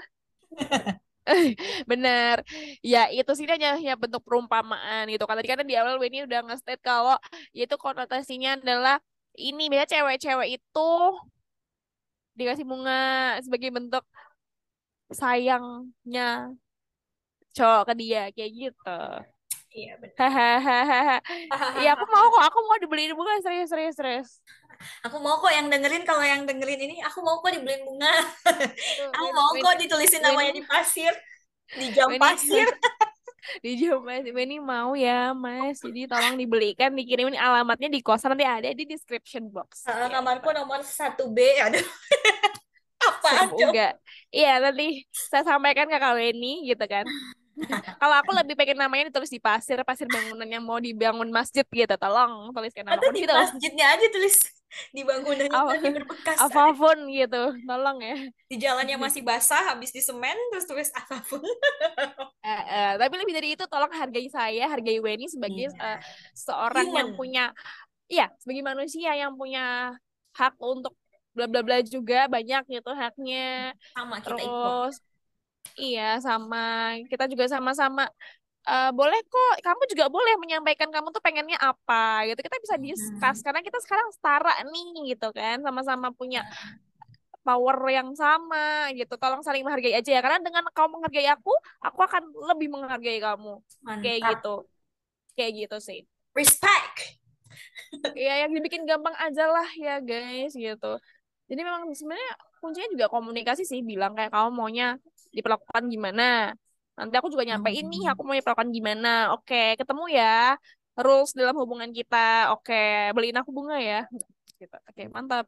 Bener, ya itu sih hanya ya bentuk perumpamaan gitu kan. Tadi kan di awal Weni udah nge-state kalau ya itu konotasinya adalah ini biasa cewek-cewek itu dikasih bunga sebagai bentuk sayangnya cowok ke dia kayak gitu. Iya benar. Hahaha. Ya aku mau dibeliin bunga, serius serius serius. Aku mau kok yang dengerin, kalau yang dengerin ini aku mau kok dibeliin bunga. Tuh, Aku mau Weni, kok ditulisin Weni, namanya di pasir, di jam Weni, pasir. dijawab Mas, Weni mau ya Mas, jadi tolong dibelikan, dikirimin alamatnya di kosan, nanti ada di description box Kamarku gitu. nomor 1B. Aduh, apaan Semoga. coba? Iya, nanti saya sampaikan ke Kak Weni gitu kan. Kalau aku lebih pengen namanya ditulis di pasir, pasir bangunan yang mau dibangun masjid gitu. Tolong tuliskan Atau namaku di di situ. masjidnya aja tulis, di bangunannya tadi Apa- berbekas. Apapun gitu. Tolong ya. Di jalan yang masih basah habis di semen terus tulis apapun. Tapi lebih dari itu tolong hargai saya, hargai Weni sebagai Iya. seorang yang Human. punya, iya, sebagai manusia yang punya hak untuk bla bla bla juga, banyak gitu haknya. Sama kita equal. Terus iya, sama kita juga sama-sama boleh kok, kamu juga boleh menyampaikan kamu tuh pengennya apa gitu. Kita bisa discuss Hmm. karena kita sekarang setara nih gitu kan, sama-sama punya power yang sama gitu. Tolong saling menghargai aja ya. Karena dengan kamu menghargai aku akan lebih menghargai kamu. Kayak Mantap. gitu. Kayak gitu sih. Respect. Ya yang dibikin gampang aja lah ya guys gitu. Jadi memang sebenarnya kuncinya juga komunikasi sih, bilang kayak kamu maunya diperlakukan gimana. Nanti aku juga nyampein nih Hmm. aku mau diperlakukan gimana. Oke, ketemu ya. Rules dalam hubungan kita. Oke, beliin aku bunga ya. Gitu. Oke, mantap.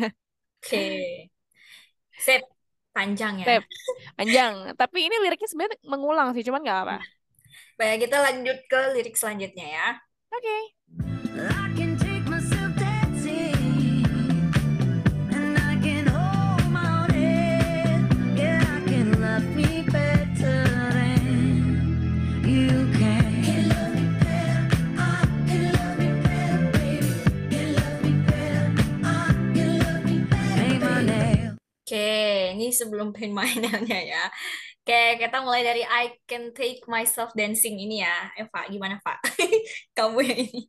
Oke. Sip. Panjang ya. Tep, panjang. Tapi ini liriknya sebenarnya mengulang sih, cuman nggak apa. Baik, kita lanjut ke lirik selanjutnya ya. Oke. I can take myself dancing, and I can hold my own head. Yeah, I can love me better than you can. Can love me better, I can love me better, baby. Can love me better, I can love me better. Paint my nails. Oke, ini sebelum paint mainannya ya. Oke, kita mulai dari I Can Take Myself Dancing ini ya. Eva, gimana, Pak? Kamu yang ini.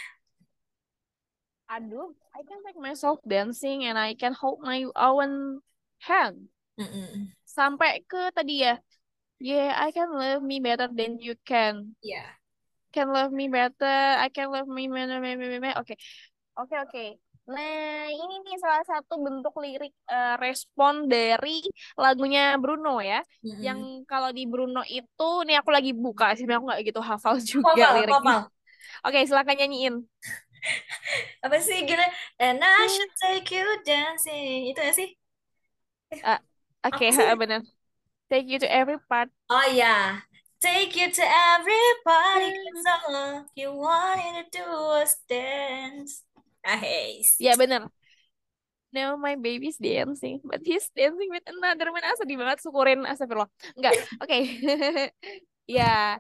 Aduh, I can make myself dancing and I can hold my own hand. Mm-mm. Sampai ke tadi ya. Yeah, I can love me better than you can. Iya. Can love me better. I can love me better. Oke. Oke, oke. Nah, ini nih salah satu bentuk lirik respon dari lagunya Bruno ya. Mm-mm. Yang kalau di Bruno itu, nih aku lagi buka sih, aku nggak gitu hafal juga Hafal, liriknya. hafal. Oke, silakan nyanyiin. Apa sih gila? And I should take you dancing. Itu ya sih? Eh, Oke, Apa sih? benar. Take you to every part. Oh ya. Take you to every party 'cause all you wanted to do was dance. Ahais. Ya bener. Now my baby's dancing, but he's dancing with another man. Ah, sedih banget, syukurin. Astagfirullah. Enggak, oke. Ya,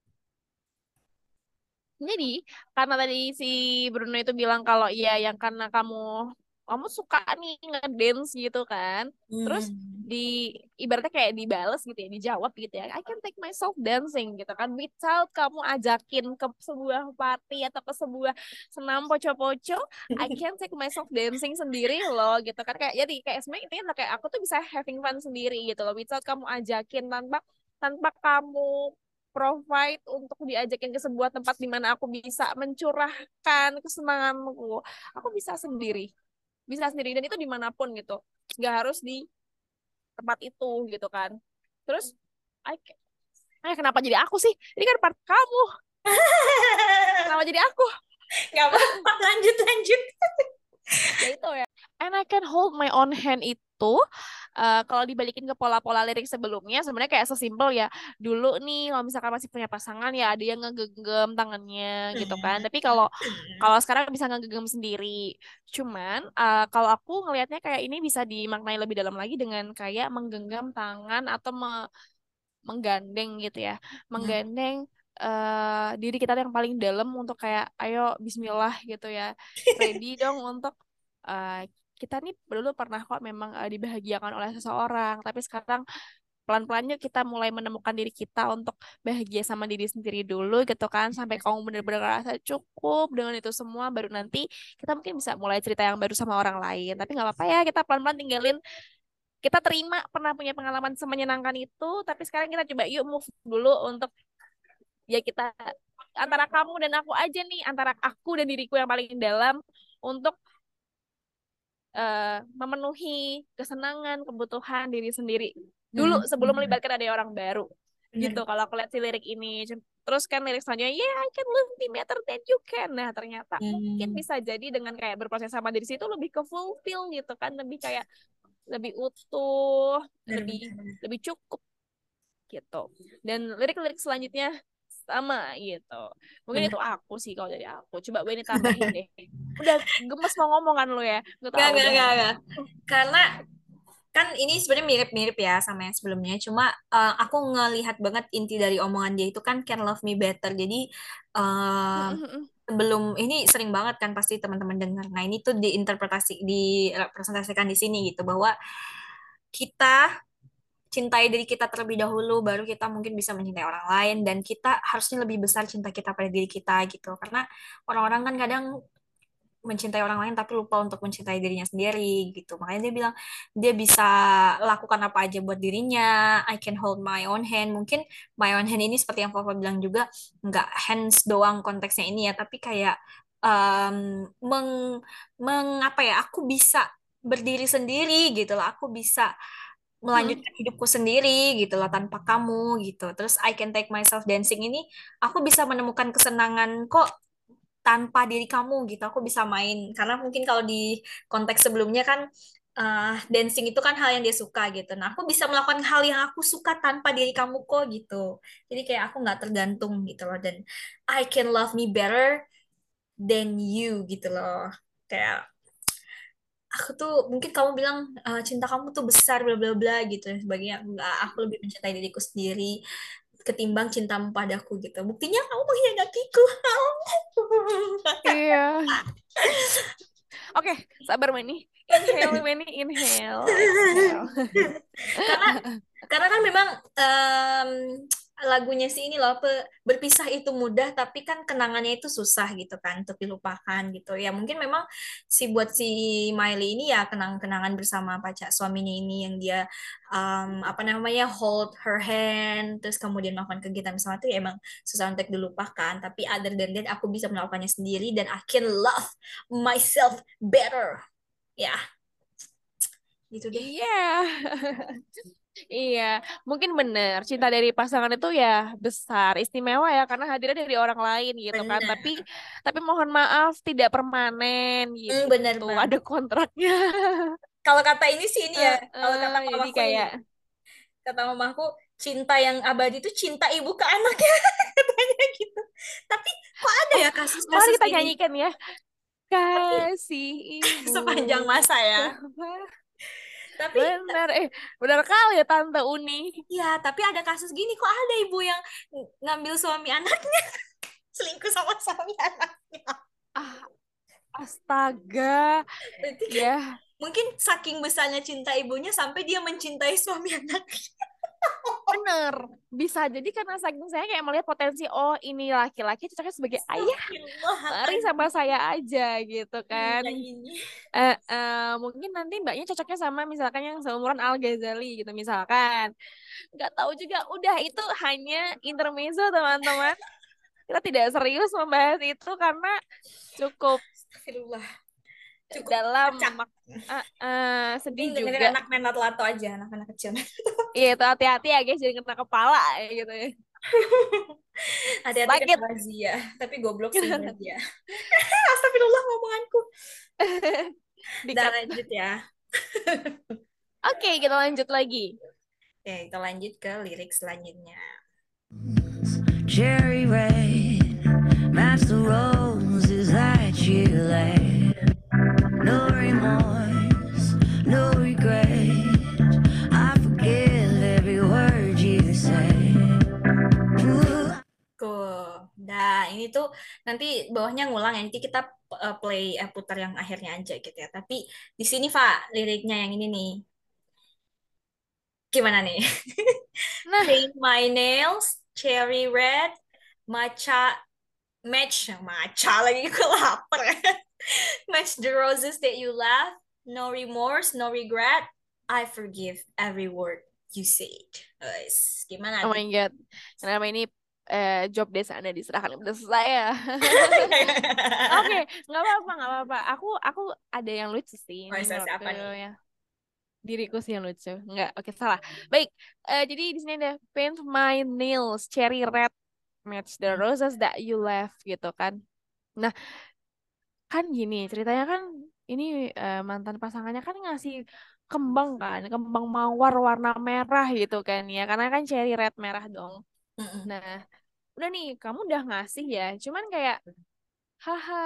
jadi karena tadi si Bruno itu bilang kalau iya yang karena kamu suka nih ngedance gitu kan. Terus Hmm. di ibaratnya kayak dibales gitu ya, dijawab gitu ya. I can take myself dancing gitu kan. Without kamu ajakin ke sebuah party atau ke sebuah senam poco-poco, I can take myself dancing sendiri loh gitu kan. Kayak jadi kayak sebenarnya intinya kayak aku tuh bisa having fun sendiri gitu loh. Without kamu ajakin tanpa tanpa kamu provide untuk diajakin ke sebuah tempat di mana aku bisa mencurahkan kesenanganku. Aku bisa sendiri dan itu dimanapun gitu, nggak harus di tempat itu gitu kan. Terus, I, kenapa jadi aku sih? Ini kan part kamu. Kenapa jadi aku? Gak apa-apa, lanjut lanjut. Ya itu ya. And I can hold my own hand itu kalau dibalikin ke pola-pola lirik sebelumnya sebenarnya kayak sesimpel ya. Dulu nih kalau misalkan masih punya pasangan ya ada yang ngegenggam tangannya gitu kan. Tapi kalau kalau sekarang bisa ngegenggam sendiri. Cuman kalau aku ngelihatnya kayak ini bisa dimaknai lebih dalam lagi dengan kayak menggenggam tangan atau menggandeng gitu ya. Menggandeng diri kita yang paling dalam untuk kayak ayo Bismillah gitu ya. Ready dong untuk eh, kita nih dulu pernah kok memang dibahagiakan oleh seseorang, tapi sekarang pelan-pelan yuk kita mulai menemukan diri kita untuk bahagia sama diri sendiri dulu gitu kan, sampai kamu benar-benar ngerasa cukup dengan itu semua, baru nanti kita mungkin bisa mulai cerita yang baru sama orang lain. Tapi nggak apa-apa ya, kita pelan-pelan tinggalin, kita terima pernah punya pengalaman semenyenangkan itu, tapi sekarang kita coba yuk move dulu untuk ya kita antara kamu dan aku aja nih, antara aku dan diriku yang paling dalam untuk memenuhi kesenangan, kebutuhan diri sendiri dulu sebelum Hmm. melibatkan ada orang baru. Gitu Bener. kalau aku lihat si lirik ini. Terus kan lirik selanjutnya, yeah, I can love me better than you can. Nah, ternyata mungkin Hmm. bisa jadi dengan kayak berproses sama diri situ lebih ke fulfill gitu kan, lebih kayak lebih utuh, Bener, lebih bener, bener. lebih cukup gitu. Dan lirik-lirik selanjutnya sama gitu. Mungkin Bener. itu aku sih kalau dari aku. Coba gue ini tambahin deh. Udah gemes mau ngomong kan lu ya? Gak Nggak, tahu nggak, udah. nggak, nggak. Karena kan ini sebenarnya mirip-mirip ya sama yang sebelumnya. Cuma aku ngelihat banget inti dari omongan dia itu kan can love me better. Jadi eh, sebelum ini sering banget kan pasti teman-teman dengar. Nah ini tuh direpresentasikan di sini gitu bahwa kita cintai diri kita terlebih dahulu, baru kita mungkin bisa mencintai orang lain dan kita harusnya lebih besar cinta kita pada diri kita gitu. Karena orang-orang kan kadang mencintai orang lain tapi lupa untuk mencintai dirinya sendiri gitu. Makanya dia bilang dia bisa lakukan apa aja buat dirinya. I can hold my own hand. Mungkin my own hand ini seperti yang Papa bilang juga nggak hands doang konteksnya ini ya, tapi kayak um, meng, apa ya? Aku bisa berdiri sendiri gitu loh. Aku bisa melanjutkan hidupku sendiri gitu loh tanpa kamu gitu. Terus I can take myself dancing ini aku bisa menemukan kesenangan kok tanpa diri kamu gitu. Aku bisa main karena mungkin kalau di konteks sebelumnya kan dancing itu kan hal yang dia suka gitu. Nah, aku bisa melakukan hal yang aku suka tanpa diri kamu kok gitu. Jadi kayak aku nggak tergantung gitu loh dan I can love me better than you gitu loh. Kayak aku tuh mungkin kamu bilang cinta kamu tuh besar bla bla bla gitu dan sebagainya. Enggak, aku lebih mencintai diriku sendiri ketimbang cintamu padaku gitu. Buktinya kamu mengkhianatiku. Iya. Oke, sabar Manny. Inhale, Manny, inhale, exhale. karena karena kan memang lagunya sih ini loh berpisah itu mudah tapi kan kenangannya itu susah gitu kan untuk dilupakan gitu ya mungkin memang buat si Miley ini ya kenang-kenangan bersama pacar suaminya ini yang dia apa namanya hold her hand terus kemudian melakukan kegiatan bersama itu ya emang susah untuk dilupakan tapi other than that aku bisa melakukannya sendiri dan I can love myself better ya gitu deh. Iya. Iya, mungkin bener. Cinta dari pasangan itu ya besar, istimewa ya karena hadirnya dari orang lain gitu kan. Benar. Tapi mohon maaf tidak permanen Bener gitu. Ada banget. kontraknya. Kalau kata ini sih ini ya, kalau kata Jadi mamaku nih, kayak kata mamaku, cinta yang abadi itu cinta ibu ke anaknya katanya gitu. Tapi kok ada ya Mari kasus-kasus kita ini nyanyikan ya. Kasih ibu. sepanjang masa ya. Wah, Tapi benar, benar kali ya Tante Uni. ya, tapi ada kasus gini kok ada ibu yang ngambil suami anaknya, selingkuh sama suami anaknya. Ah, astaga, Berarti kan ya. mungkin saking besarnya cinta ibunya sampai dia mencintai suami anaknya. Bener, bisa jadi karena saking saya kayak melihat potensi, oh ini laki-laki cocoknya sebagai ayah, mari sama Astagfirullahaladzim. saya aja gitu kan. Iya ini. Mungkin nanti mbaknya cocoknya sama misalkan yang seumuran Al Ghazali gitu misalkan. Nggak tahu juga, udah itu hanya intermezzo teman-teman. Kita tidak serius membahas itu karena cukup Astagfirullah. Cukup dalam kacak. sedih Mungkin dengerin juga. anak menat lato aja, anak-anak kecil. Iya itu hati-hati ya guys, jadi kena kepala gitu ya. Hati-hati kena Sakit. razia. Tapi goblok sih razia. Astagfirullah ngomonganku. Udah Dikat. lanjut ya. Oke, kita lanjut lagi. Oke, kita lanjut ke lirik selanjutnya. Cherry red, match the roses that you laid. No remorse, no regret. I forgive every word you say. Ooh. Cool. Nah, ini tuh nanti bawahnya ngulang ya. Nanti kita putar yang akhirnya aja gitu ya. Tapi di sini, Pak, liriknya yang ini nih. Gimana nih? Nah, Paint my nails, cherry red, matcha lagi aku lapar. Match the roses that you left, no remorse, no regret. I forgive every word you said. Guys, gimana oh tuh? my God. Kenapa ini job desk Anda diserahkan kepada saya? Oke, nggak apa-apa, nggak apa-apa. Aku ada yang lucu sih Oh, ini menurutku apa nih? ya. Diriku sih yang lucu. Nggak, oke salah. Baik, jadi di sini ada paint my nails cherry red, match the roses that you left gitu kan. Nah, kan gini ceritanya kan ini mantan pasangannya kan ngasih kembang kan, kembang mawar warna merah gitu kan ya, karena kan cherry red merah dong. Mm-mm. Nah, udah nih kamu udah ngasih ya, cuman kayak haha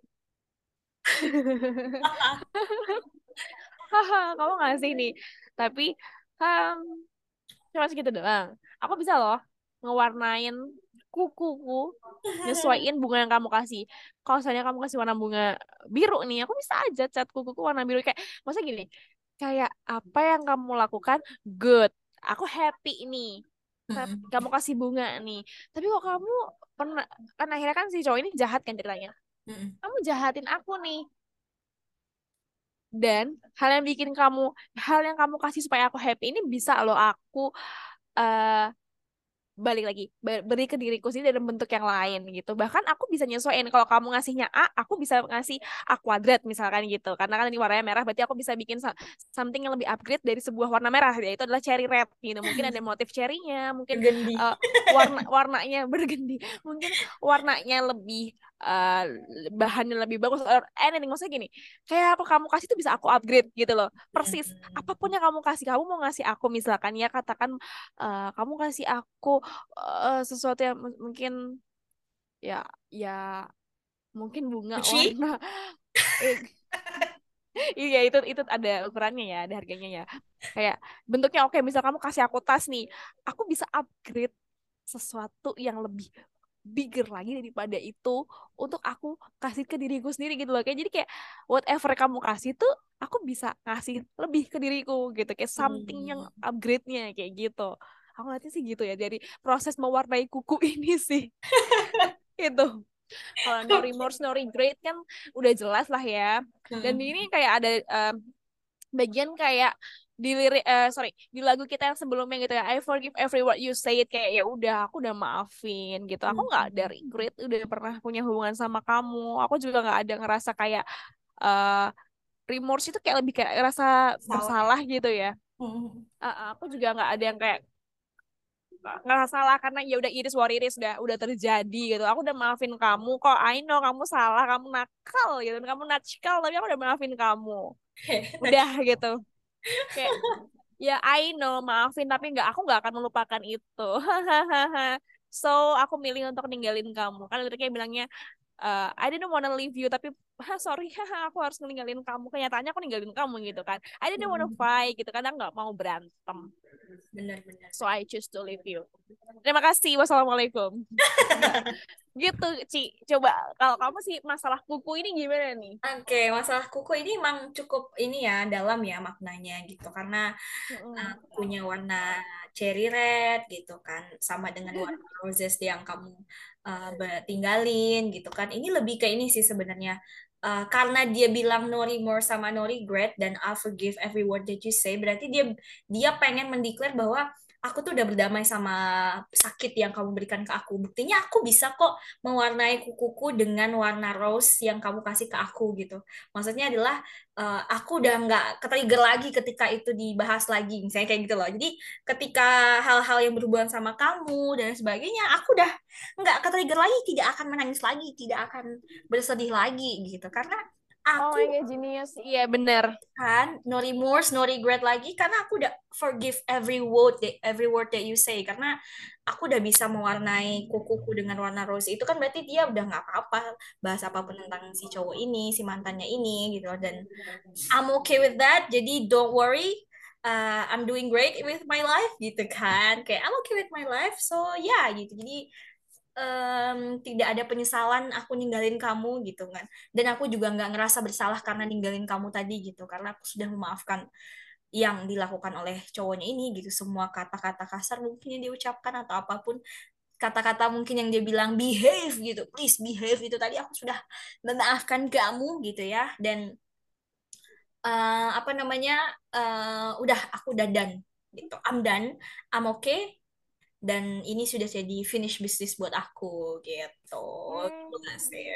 haha kamu ngasih nih, tapi um, cuma segitu doang. Aku bisa loh ngewarnain kukuku, nyesuaiin bunga yang kamu kasih. Kalau misalnya kamu kasih warna bunga biru nih, aku bisa aja cat kukuku warna biru kayak, masa gini, kayak apa yang kamu lakukan good, aku happy nih. Mm-mm. Kamu kasih bunga nih. Tapi kok kamu pernah, kan akhirnya kan si cowok ini jahat kan ceritanya. Mm-mm. Kamu jahatin aku nih. Dan hal yang kamu kasih supaya aku happy ini bisa loh aku eh balik lagi beri ke diriku sendiri dalam bentuk yang lain gitu, bahkan aku bisa nyesuaiin. Kalau kamu ngasihnya A, aku bisa ngasih A kuadrat misalkan gitu, karena kan ini warnanya merah, berarti aku bisa bikin something yang lebih upgrade dari sebuah warna merah, yaitu adalah cherry red gitu. Mungkin ada motif cherrynya, mungkin Burgundy. eh, warnanya bergendi, mungkin warnanya lebih eh, bahannya lebih bagus or anything. Maksudnya gini, kayak apa kamu kasih tuh bisa aku upgrade gitu loh, persis apapun yang kamu kasih. Kamu mau ngasih aku misalkan ya katakan kamu kasih aku sesuatu yang mungkin ya ya mungkin bunga Gucci? warna eh, iya itu ada ukurannya ya, ada harganya ya, kayak bentuknya oke. Misal kamu kasih aku tas nih, aku bisa upgrade sesuatu yang lebih bigger lagi daripada itu untuk aku kasih ke diriku sendiri gitu loh. Kayak jadi kayak whatever kamu kasih tuh aku bisa ngasih lebih ke diriku gitu, kayak something yang Hmm. upgrade-nya kayak gitu. Aku ngeliatnya sih gitu ya, dari proses mewarnai kuku ini sih. Itu kalau no Oke. remorse no regret kan udah jelas lah ya. Dan Mm-mm. ini kayak ada bagian kayak di lirik sorry di lagu kita yang sebelumnya gitu ya, I forgive every word you say it, kayak ya udah aku udah maafin gitu, aku nggak ada Mm-mm. regret, udah pernah punya hubungan sama kamu, aku juga nggak ada ngerasa kayak eh remorse itu kayak lebih kayak rasa Salah ya. bersalah gitu ya. Mm-mm. Aku juga nggak ada yang kayak ngerasa salah karena ya udah iris what it is, udah terjadi gitu. Aku udah maafin kamu kok. I know kamu salah, kamu nakal gitu, kamu natskal, tapi aku udah maafin kamu. Udah gitu. Kayak Ya, I know, maafin tapi aku nggak akan melupakan itu. So, aku milih untuk ninggalin kamu. Kan liriknya bilangnya, I didn't wanna leave you, tapi sorry, aku harus ninggalin kamu. Kenyataannya aku ninggalin kamu gitu kan. I didn't wanna fight gitu kan, aku nggak mau berantem. Benar-benar. So I choose to leave you. Terima kasih. Wassalamualaikum. Gitu, Ci. Coba kalau kamu sih masalah kuku ini gimana nih? Oke, masalah kuku ini emang cukup ini ya dalam ya maknanya gitu karena Mm-mm. kukunya warna cherry red gitu kan sama dengan warna roses yang kamu tinggalin gitu kan. Ini lebih ke ini sih sebenarnya. Karena dia bilang no remorse sama no regret dan I forgive every word that you say, berarti dia pengen mendeklar bahwa aku tuh udah berdamai sama sakit yang kamu berikan ke aku. Buktinya aku bisa kok mewarnai kukuku dengan warna rose yang kamu kasih ke aku gitu. Maksudnya adalah aku udah nggak ke-trigger lagi ketika itu dibahas lagi, misalnya kayak gitu loh. Jadi ketika hal-hal yang berhubungan sama kamu dan sebagainya, aku udah nggak ke-trigger lagi, tidak akan menangis lagi, tidak akan bersedih lagi gitu. Karena Oh aku my God, genius. Iya, bener. kan no remorse no regret lagi karena aku udah forgive every word that you say karena aku udah bisa mewarnai kukuku dengan warna rose itu kan berarti dia udah nggak apa-apa bahas apapun tentang si cowok ini si mantannya ini gitu loh. Dan I'm okay with that jadi don't worry, I'm doing great with my life gitu kan kayak I'm okay with my life so ya yeah, gitu jadi tidak ada penyesalan aku ninggalin kamu gitu kan dan aku juga nggak ngerasa bersalah karena ninggalin kamu tadi gitu karena aku sudah memaafkan yang dilakukan oleh cowoknya ini gitu semua kata-kata kasar mungkin yang diucapkan atau apapun kata-kata mungkin yang dia bilang behave gitu please behave itu tadi aku sudah memaafkan kamu gitu ya dan apa namanya udah aku udah done gitu I'm done I'm okay dan ini sudah jadi finish bisnis buat aku gitu. Gitu sih.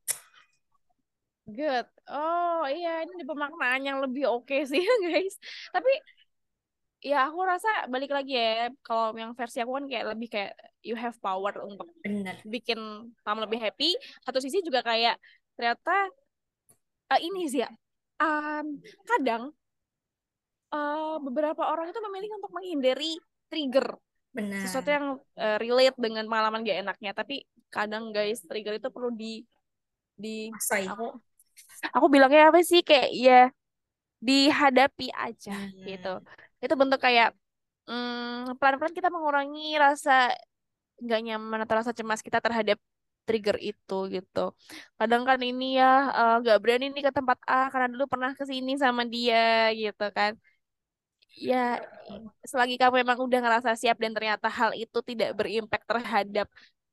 Good. Oh iya, ini ada pemaknaan yang lebih oke sih, guys. Tapi ya aku rasa balik lagi ya, kalau yang versi aku kan kayak lebih kayak you have power untuk Bener. bikin kamu lebih happy. Satu sisi juga kayak ternyata ini sih ya, um, kadang beberapa orang itu memilih untuk menghindari trigger sesuatu Bener. yang relate dengan pengalaman gak enaknya. Tapi kadang guys, trigger itu perlu di Masai. aku aku bilangnya apa sih kayak ya dihadapi aja gitu. Hmm. Itu bentuk kayak pelan-pelan kita mengurangi rasa nggak nyaman atau rasa cemas kita terhadap trigger itu gitu. Kadang kan ini ya nggak berani nih ke tempat A karena dulu pernah ke sini sama dia gitu kan. Ya selagi kamu memang udah ngerasa siap dan ternyata hal itu tidak berimpact terhadap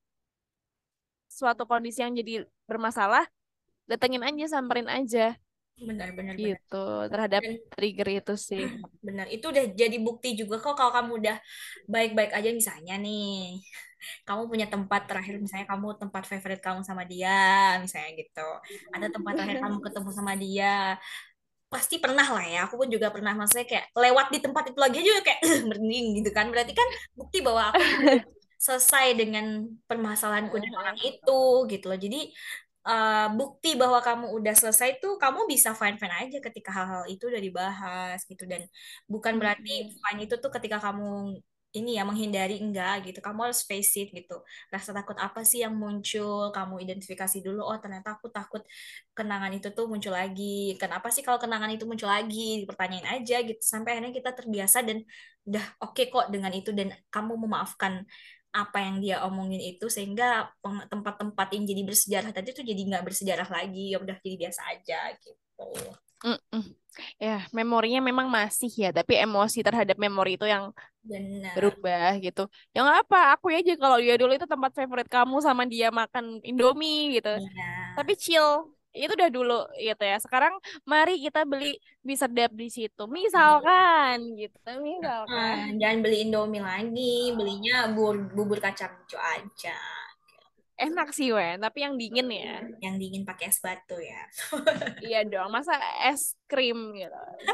suatu kondisi yang jadi bermasalah, datengin aja, samperin aja Benar, benar, benar. gitu terhadap Dan trigger itu sih. benar, itu udah jadi bukti juga kok kalau kamu udah baik-baik aja misalnya nih. Kamu punya tempat terakhir misalnya kamu tempat favorite kamu sama dia misalnya gitu. Ada tempat terakhir kamu ketemu sama dia. Pasti pernah lah ya. Aku pun juga pernah maksudnya kayak lewat di tempat itu lagi aja kayak merinding gitu kan. Berarti kan bukti bahwa aku tuh udah selesai dengan permasalahanku dengan orang itu gitu loh. Jadi bukti bahwa kamu udah selesai tuh kamu bisa fine-fine aja ketika hal-hal itu udah dibahas gitu dan bukan berarti fine itu tuh ketika kamu ini ya menghindari enggak gitu kamu harus face it gitu rasa takut apa sih yang muncul kamu identifikasi dulu oh ternyata aku takut kenangan itu tuh muncul lagi kenapa sih kalau kenangan itu muncul lagi dipertanyain aja gitu sampai akhirnya kita terbiasa dan udah oke kok dengan itu dan kamu memaafkan apa yang dia omongin itu sehingga tempat-tempat yang jadi bersejarah tadi tuh jadi nggak bersejarah lagi ya udah jadi biasa aja gitu. Mm-mm. Ya, memorinya memang masih ya, tapi emosi terhadap memori itu yang Benar. berubah gitu. Ya nggak apa, aku aja kalau dia dulu itu tempat favorit kamu sama dia makan Indomie gitu. Iya. Tapi chill, itu udah dulu gitu ya. Sekarang mari kita beli mie sedap di situ. Misalkan gitu, misalkan. Jangan beli Indomie lagi, belinya bubur kacang hijau aja. Enak sih, Wen, tapi yang dingin ya. Yang dingin pakai es batu ya. Iya dong, masa es krim gitu.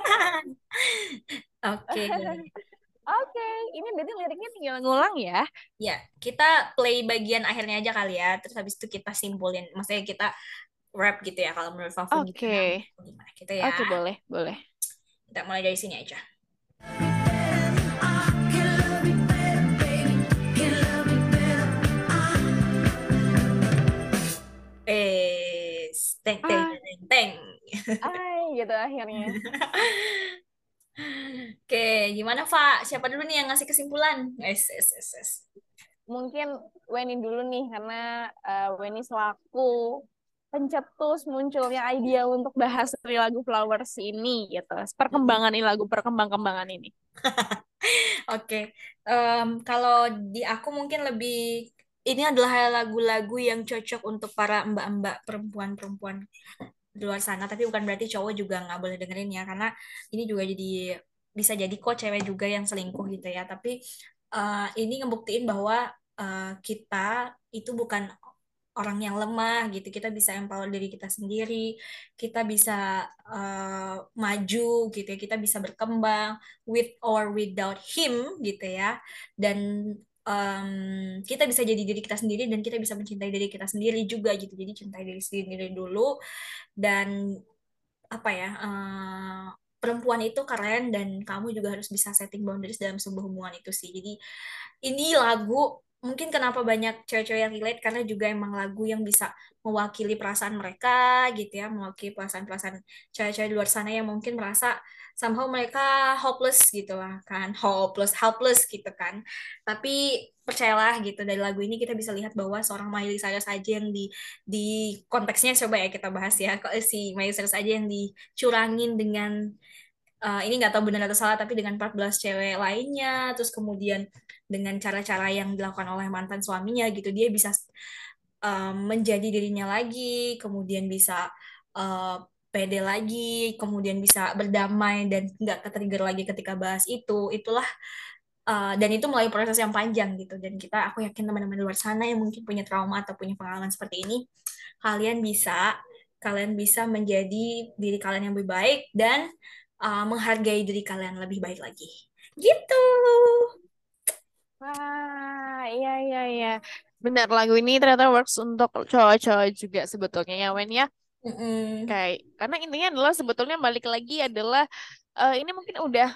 Oke. Oke, ini berarti liriknya tinggal ngulang ya. Ya, kita play bagian akhirnya aja kali ya. Terus habis itu kita simpulin. Maksudnya kita rap gitu ya. Kalau menurut Fafun Oke, gimana? Gimana gitu ya. oke boleh, boleh. Kita mulai dari sini aja. Teng teng Ah, teng teng. gitu akhirnya. Oke, gimana Pak? Siapa dulu nih yang ngasih kesimpulan? Es. Mungkin Weni dulu nih karena Weni selaku pencetus munculnya ide untuk bahas dari lagu Flowers ini gitu. Perkembangan ini lagu perkembangan ini. Oke, kalau di aku mungkin lebih ini adalah lagu-lagu yang cocok untuk para mbak-mbak perempuan-perempuan di luar sana. Tapi bukan berarti cowok juga nggak boleh dengerin ya, karena ini juga jadi bisa jadi kok cewek juga yang selingkuh gitu ya. Tapi ini ngebuktiin bahwa kita itu bukan orang yang lemah gitu. Kita bisa empower diri kita sendiri, kita bisa maju gitu ya, kita bisa berkembang with or without him gitu ya. Dan kita bisa jadi diri kita sendiri dan kita bisa mencintai diri kita sendiri juga gitu. Jadi cintai diri sendiri dulu dan apa ya perempuan itu keren dan kamu juga harus bisa setting boundaries dalam sebuah hubungan itu sih. Jadi ini lagu mungkin kenapa banyak cewek-cewek yang relate karena juga emang lagu yang bisa mewakili perasaan mereka gitu ya, mewakili perasaan-perasaan cewek-cewek di luar sana yang mungkin merasa somehow mereka hopeless gitu lah kan, hopeless, helpless gitu kan. Tapi percayalah gitu dari lagu ini kita bisa lihat bahwa seorang Miley Cyrus aja yang di konteksnya coba ya kita bahas ya, kok si Miley Cyrus aja yang dicurangin dengan ini nggak tahu benar atau salah tapi dengan 14 cewek lainnya terus kemudian dengan cara-cara yang dilakukan oleh mantan suaminya gitu dia bisa menjadi dirinya lagi kemudian bisa uh, pede lagi kemudian bisa berdamai dan nggak ketrigger lagi ketika bahas itulah dan itu melalui proses yang panjang gitu dan aku yakin teman-teman di luar sana yang mungkin punya trauma atau punya pengalaman seperti ini kalian bisa kalian bisa menjadi diri kalian yang lebih baik dan menghargai diri kalian lebih baik lagi. Gitu. Wah, iya. Benar, lagu ini ternyata works untuk cowok-cowok juga sebetulnya ya, Wen ya. Mm-mm. Kayak karena intinya adalah sebetulnya balik lagi adalah ini mungkin udah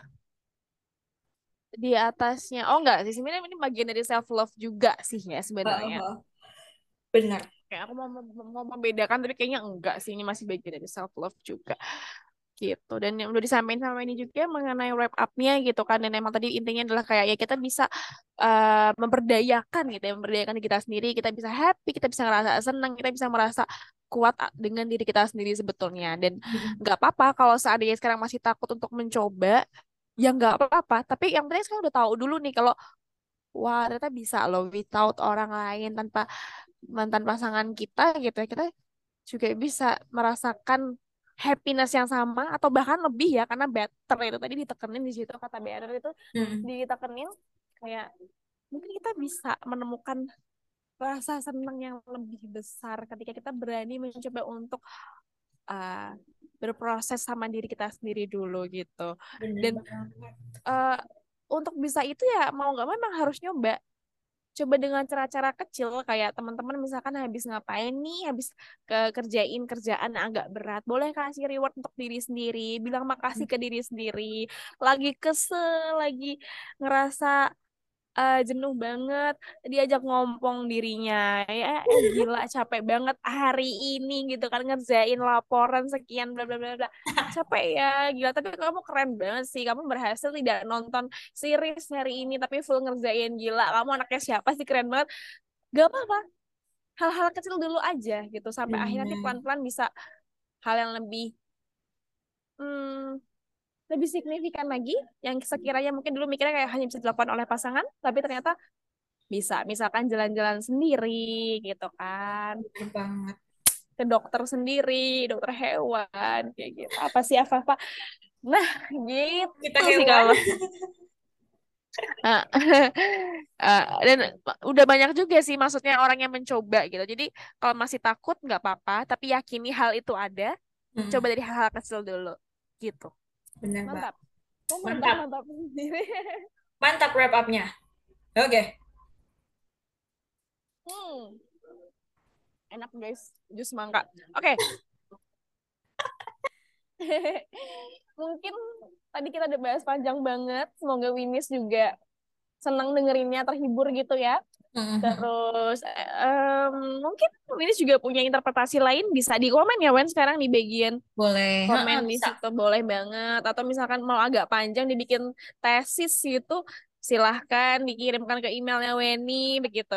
di atasnya. Oh enggak sih, sebenarnya ini bagian dari self love juga sih ya sebenarnya. Benar. Kayak aku mau membedakan tapi kayaknya enggak sih ini masih bagian dari self love juga gitu. Dan yang udah disampaikan sama ini juga mengenai wrap up-nya gitu kan dan emang tadi intinya adalah kayak ya kita bisa memberdayakan gitu ya, memberdayakan diri kita sendiri, kita bisa happy, kita bisa ngerasa senang, kita bisa merasa kuat dengan diri kita sendiri sebetulnya dan Mm-mm. nggak apa-apa kalau seandainya sekarang masih takut untuk mencoba ya nggak apa-apa tapi yang penting sekarang udah tahu dulu nih kalau wah ternyata bisa loh without orang lain tanpa mantan pasangan kita gitu ya kita juga bisa merasakan happiness yang sama atau bahkan lebih ya karena better itu tadi ditekenin di situ kata better itu Mm-mm. ditekenin kayak mungkin kita bisa menemukan rasa senang yang lebih besar ketika kita berani mencoba untuk uh, berproses sama diri kita sendiri dulu gitu Benar dan banget. uh, untuk bisa itu ya mau nggak mau memang harus nyoba coba dengan cara-cara kecil kayak teman-teman misalkan habis ngapain nih habis kerjain kerjaan agak berat boleh kasih reward untuk diri sendiri bilang makasih ke diri sendiri lagi kesel lagi ngerasa jenuh banget diajak ngompong dirinya ya gila capek banget hari ini gitu kan ngerjain laporan sekian bla bla bla bla capek ya gila tapi kamu keren banget sih kamu berhasil tidak nonton series hari ini tapi full ngerjain gila kamu anaknya siapa sih keren banget gak apa-apa hal-hal kecil dulu aja gitu sampai akhirnya nanti Benar. pelan-pelan bisa hal yang lebih hmm, lebih signifikan lagi yang sekiranya mungkin dulu mikirnya kayak hanya bisa dilakukan oleh pasangan tapi ternyata bisa misalkan jalan-jalan sendiri gitu kan Benar banget. ke dokter sendiri dokter hewan kayak gitu apa sih apa nah Kita gitu sih hewan. kalau Ah, dan udah banyak juga sih maksudnya orang yang mencoba gitu jadi kalau masih takut nggak apa-apa tapi yakini hal itu ada coba Mm, dari hal-hal kecil dulu gitu benar, Mbak. mantap oh mantap Mantap. mantap sendiri Mantap wrap up-nya. Oke. hmm, enak guys jus mangga oke mungkin tadi kita udah bahas panjang banget. Semoga Winis juga senang dengerinnya, terhibur gitu ya. Terus mungkin ini juga punya interpretasi lain, bisa di komen ya Wen sekarang di bagian Boleh. komen di Bisa. situ, boleh banget. Atau misalkan mau agak panjang dibikin tesis gitu, silahkan dikirimkan ke emailnya Weni begitu.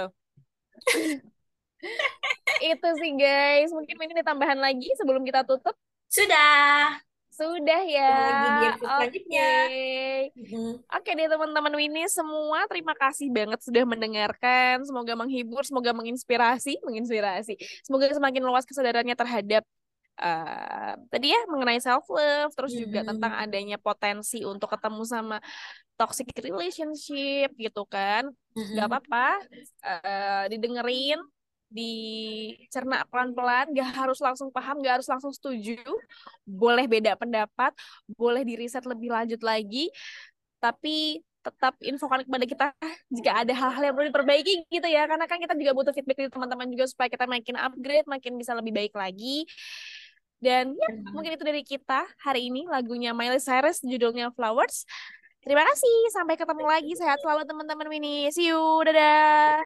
Itu sih guys, mungkin ini ada tambahan lagi sebelum kita tutup. Sudah. Sudah ya. Ketemu lagi di episode Oke. selanjutnya. Mm-mm. Oke deh teman-teman Winnie semua, terima kasih banget sudah mendengarkan. Semoga menghibur, semoga menginspirasi. Semoga semakin luas kesadarannya terhadap tadi ya mengenai self love, terus juga tentang Mm-mm. adanya potensi untuk ketemu sama toxic relationship gitu kan. Gak Mm-mm. apa-apa, didengerin, dicerna pelan-pelan, gak harus langsung paham, gak harus langsung setuju, boleh beda pendapat, boleh diriset lebih lanjut lagi, tapi tetap infokan kepada kita jika ada hal-hal yang perlu diperbaiki gitu ya, karena kan kita juga butuh feedback dari teman-teman juga supaya kita makin upgrade, makin bisa lebih baik lagi. Dan ya, mungkin itu dari kita hari ini, lagunya Miley Cyrus judulnya Flowers. Terima kasih, sampai ketemu lagi, sehat selalu teman-teman Winnie, see you, dadah.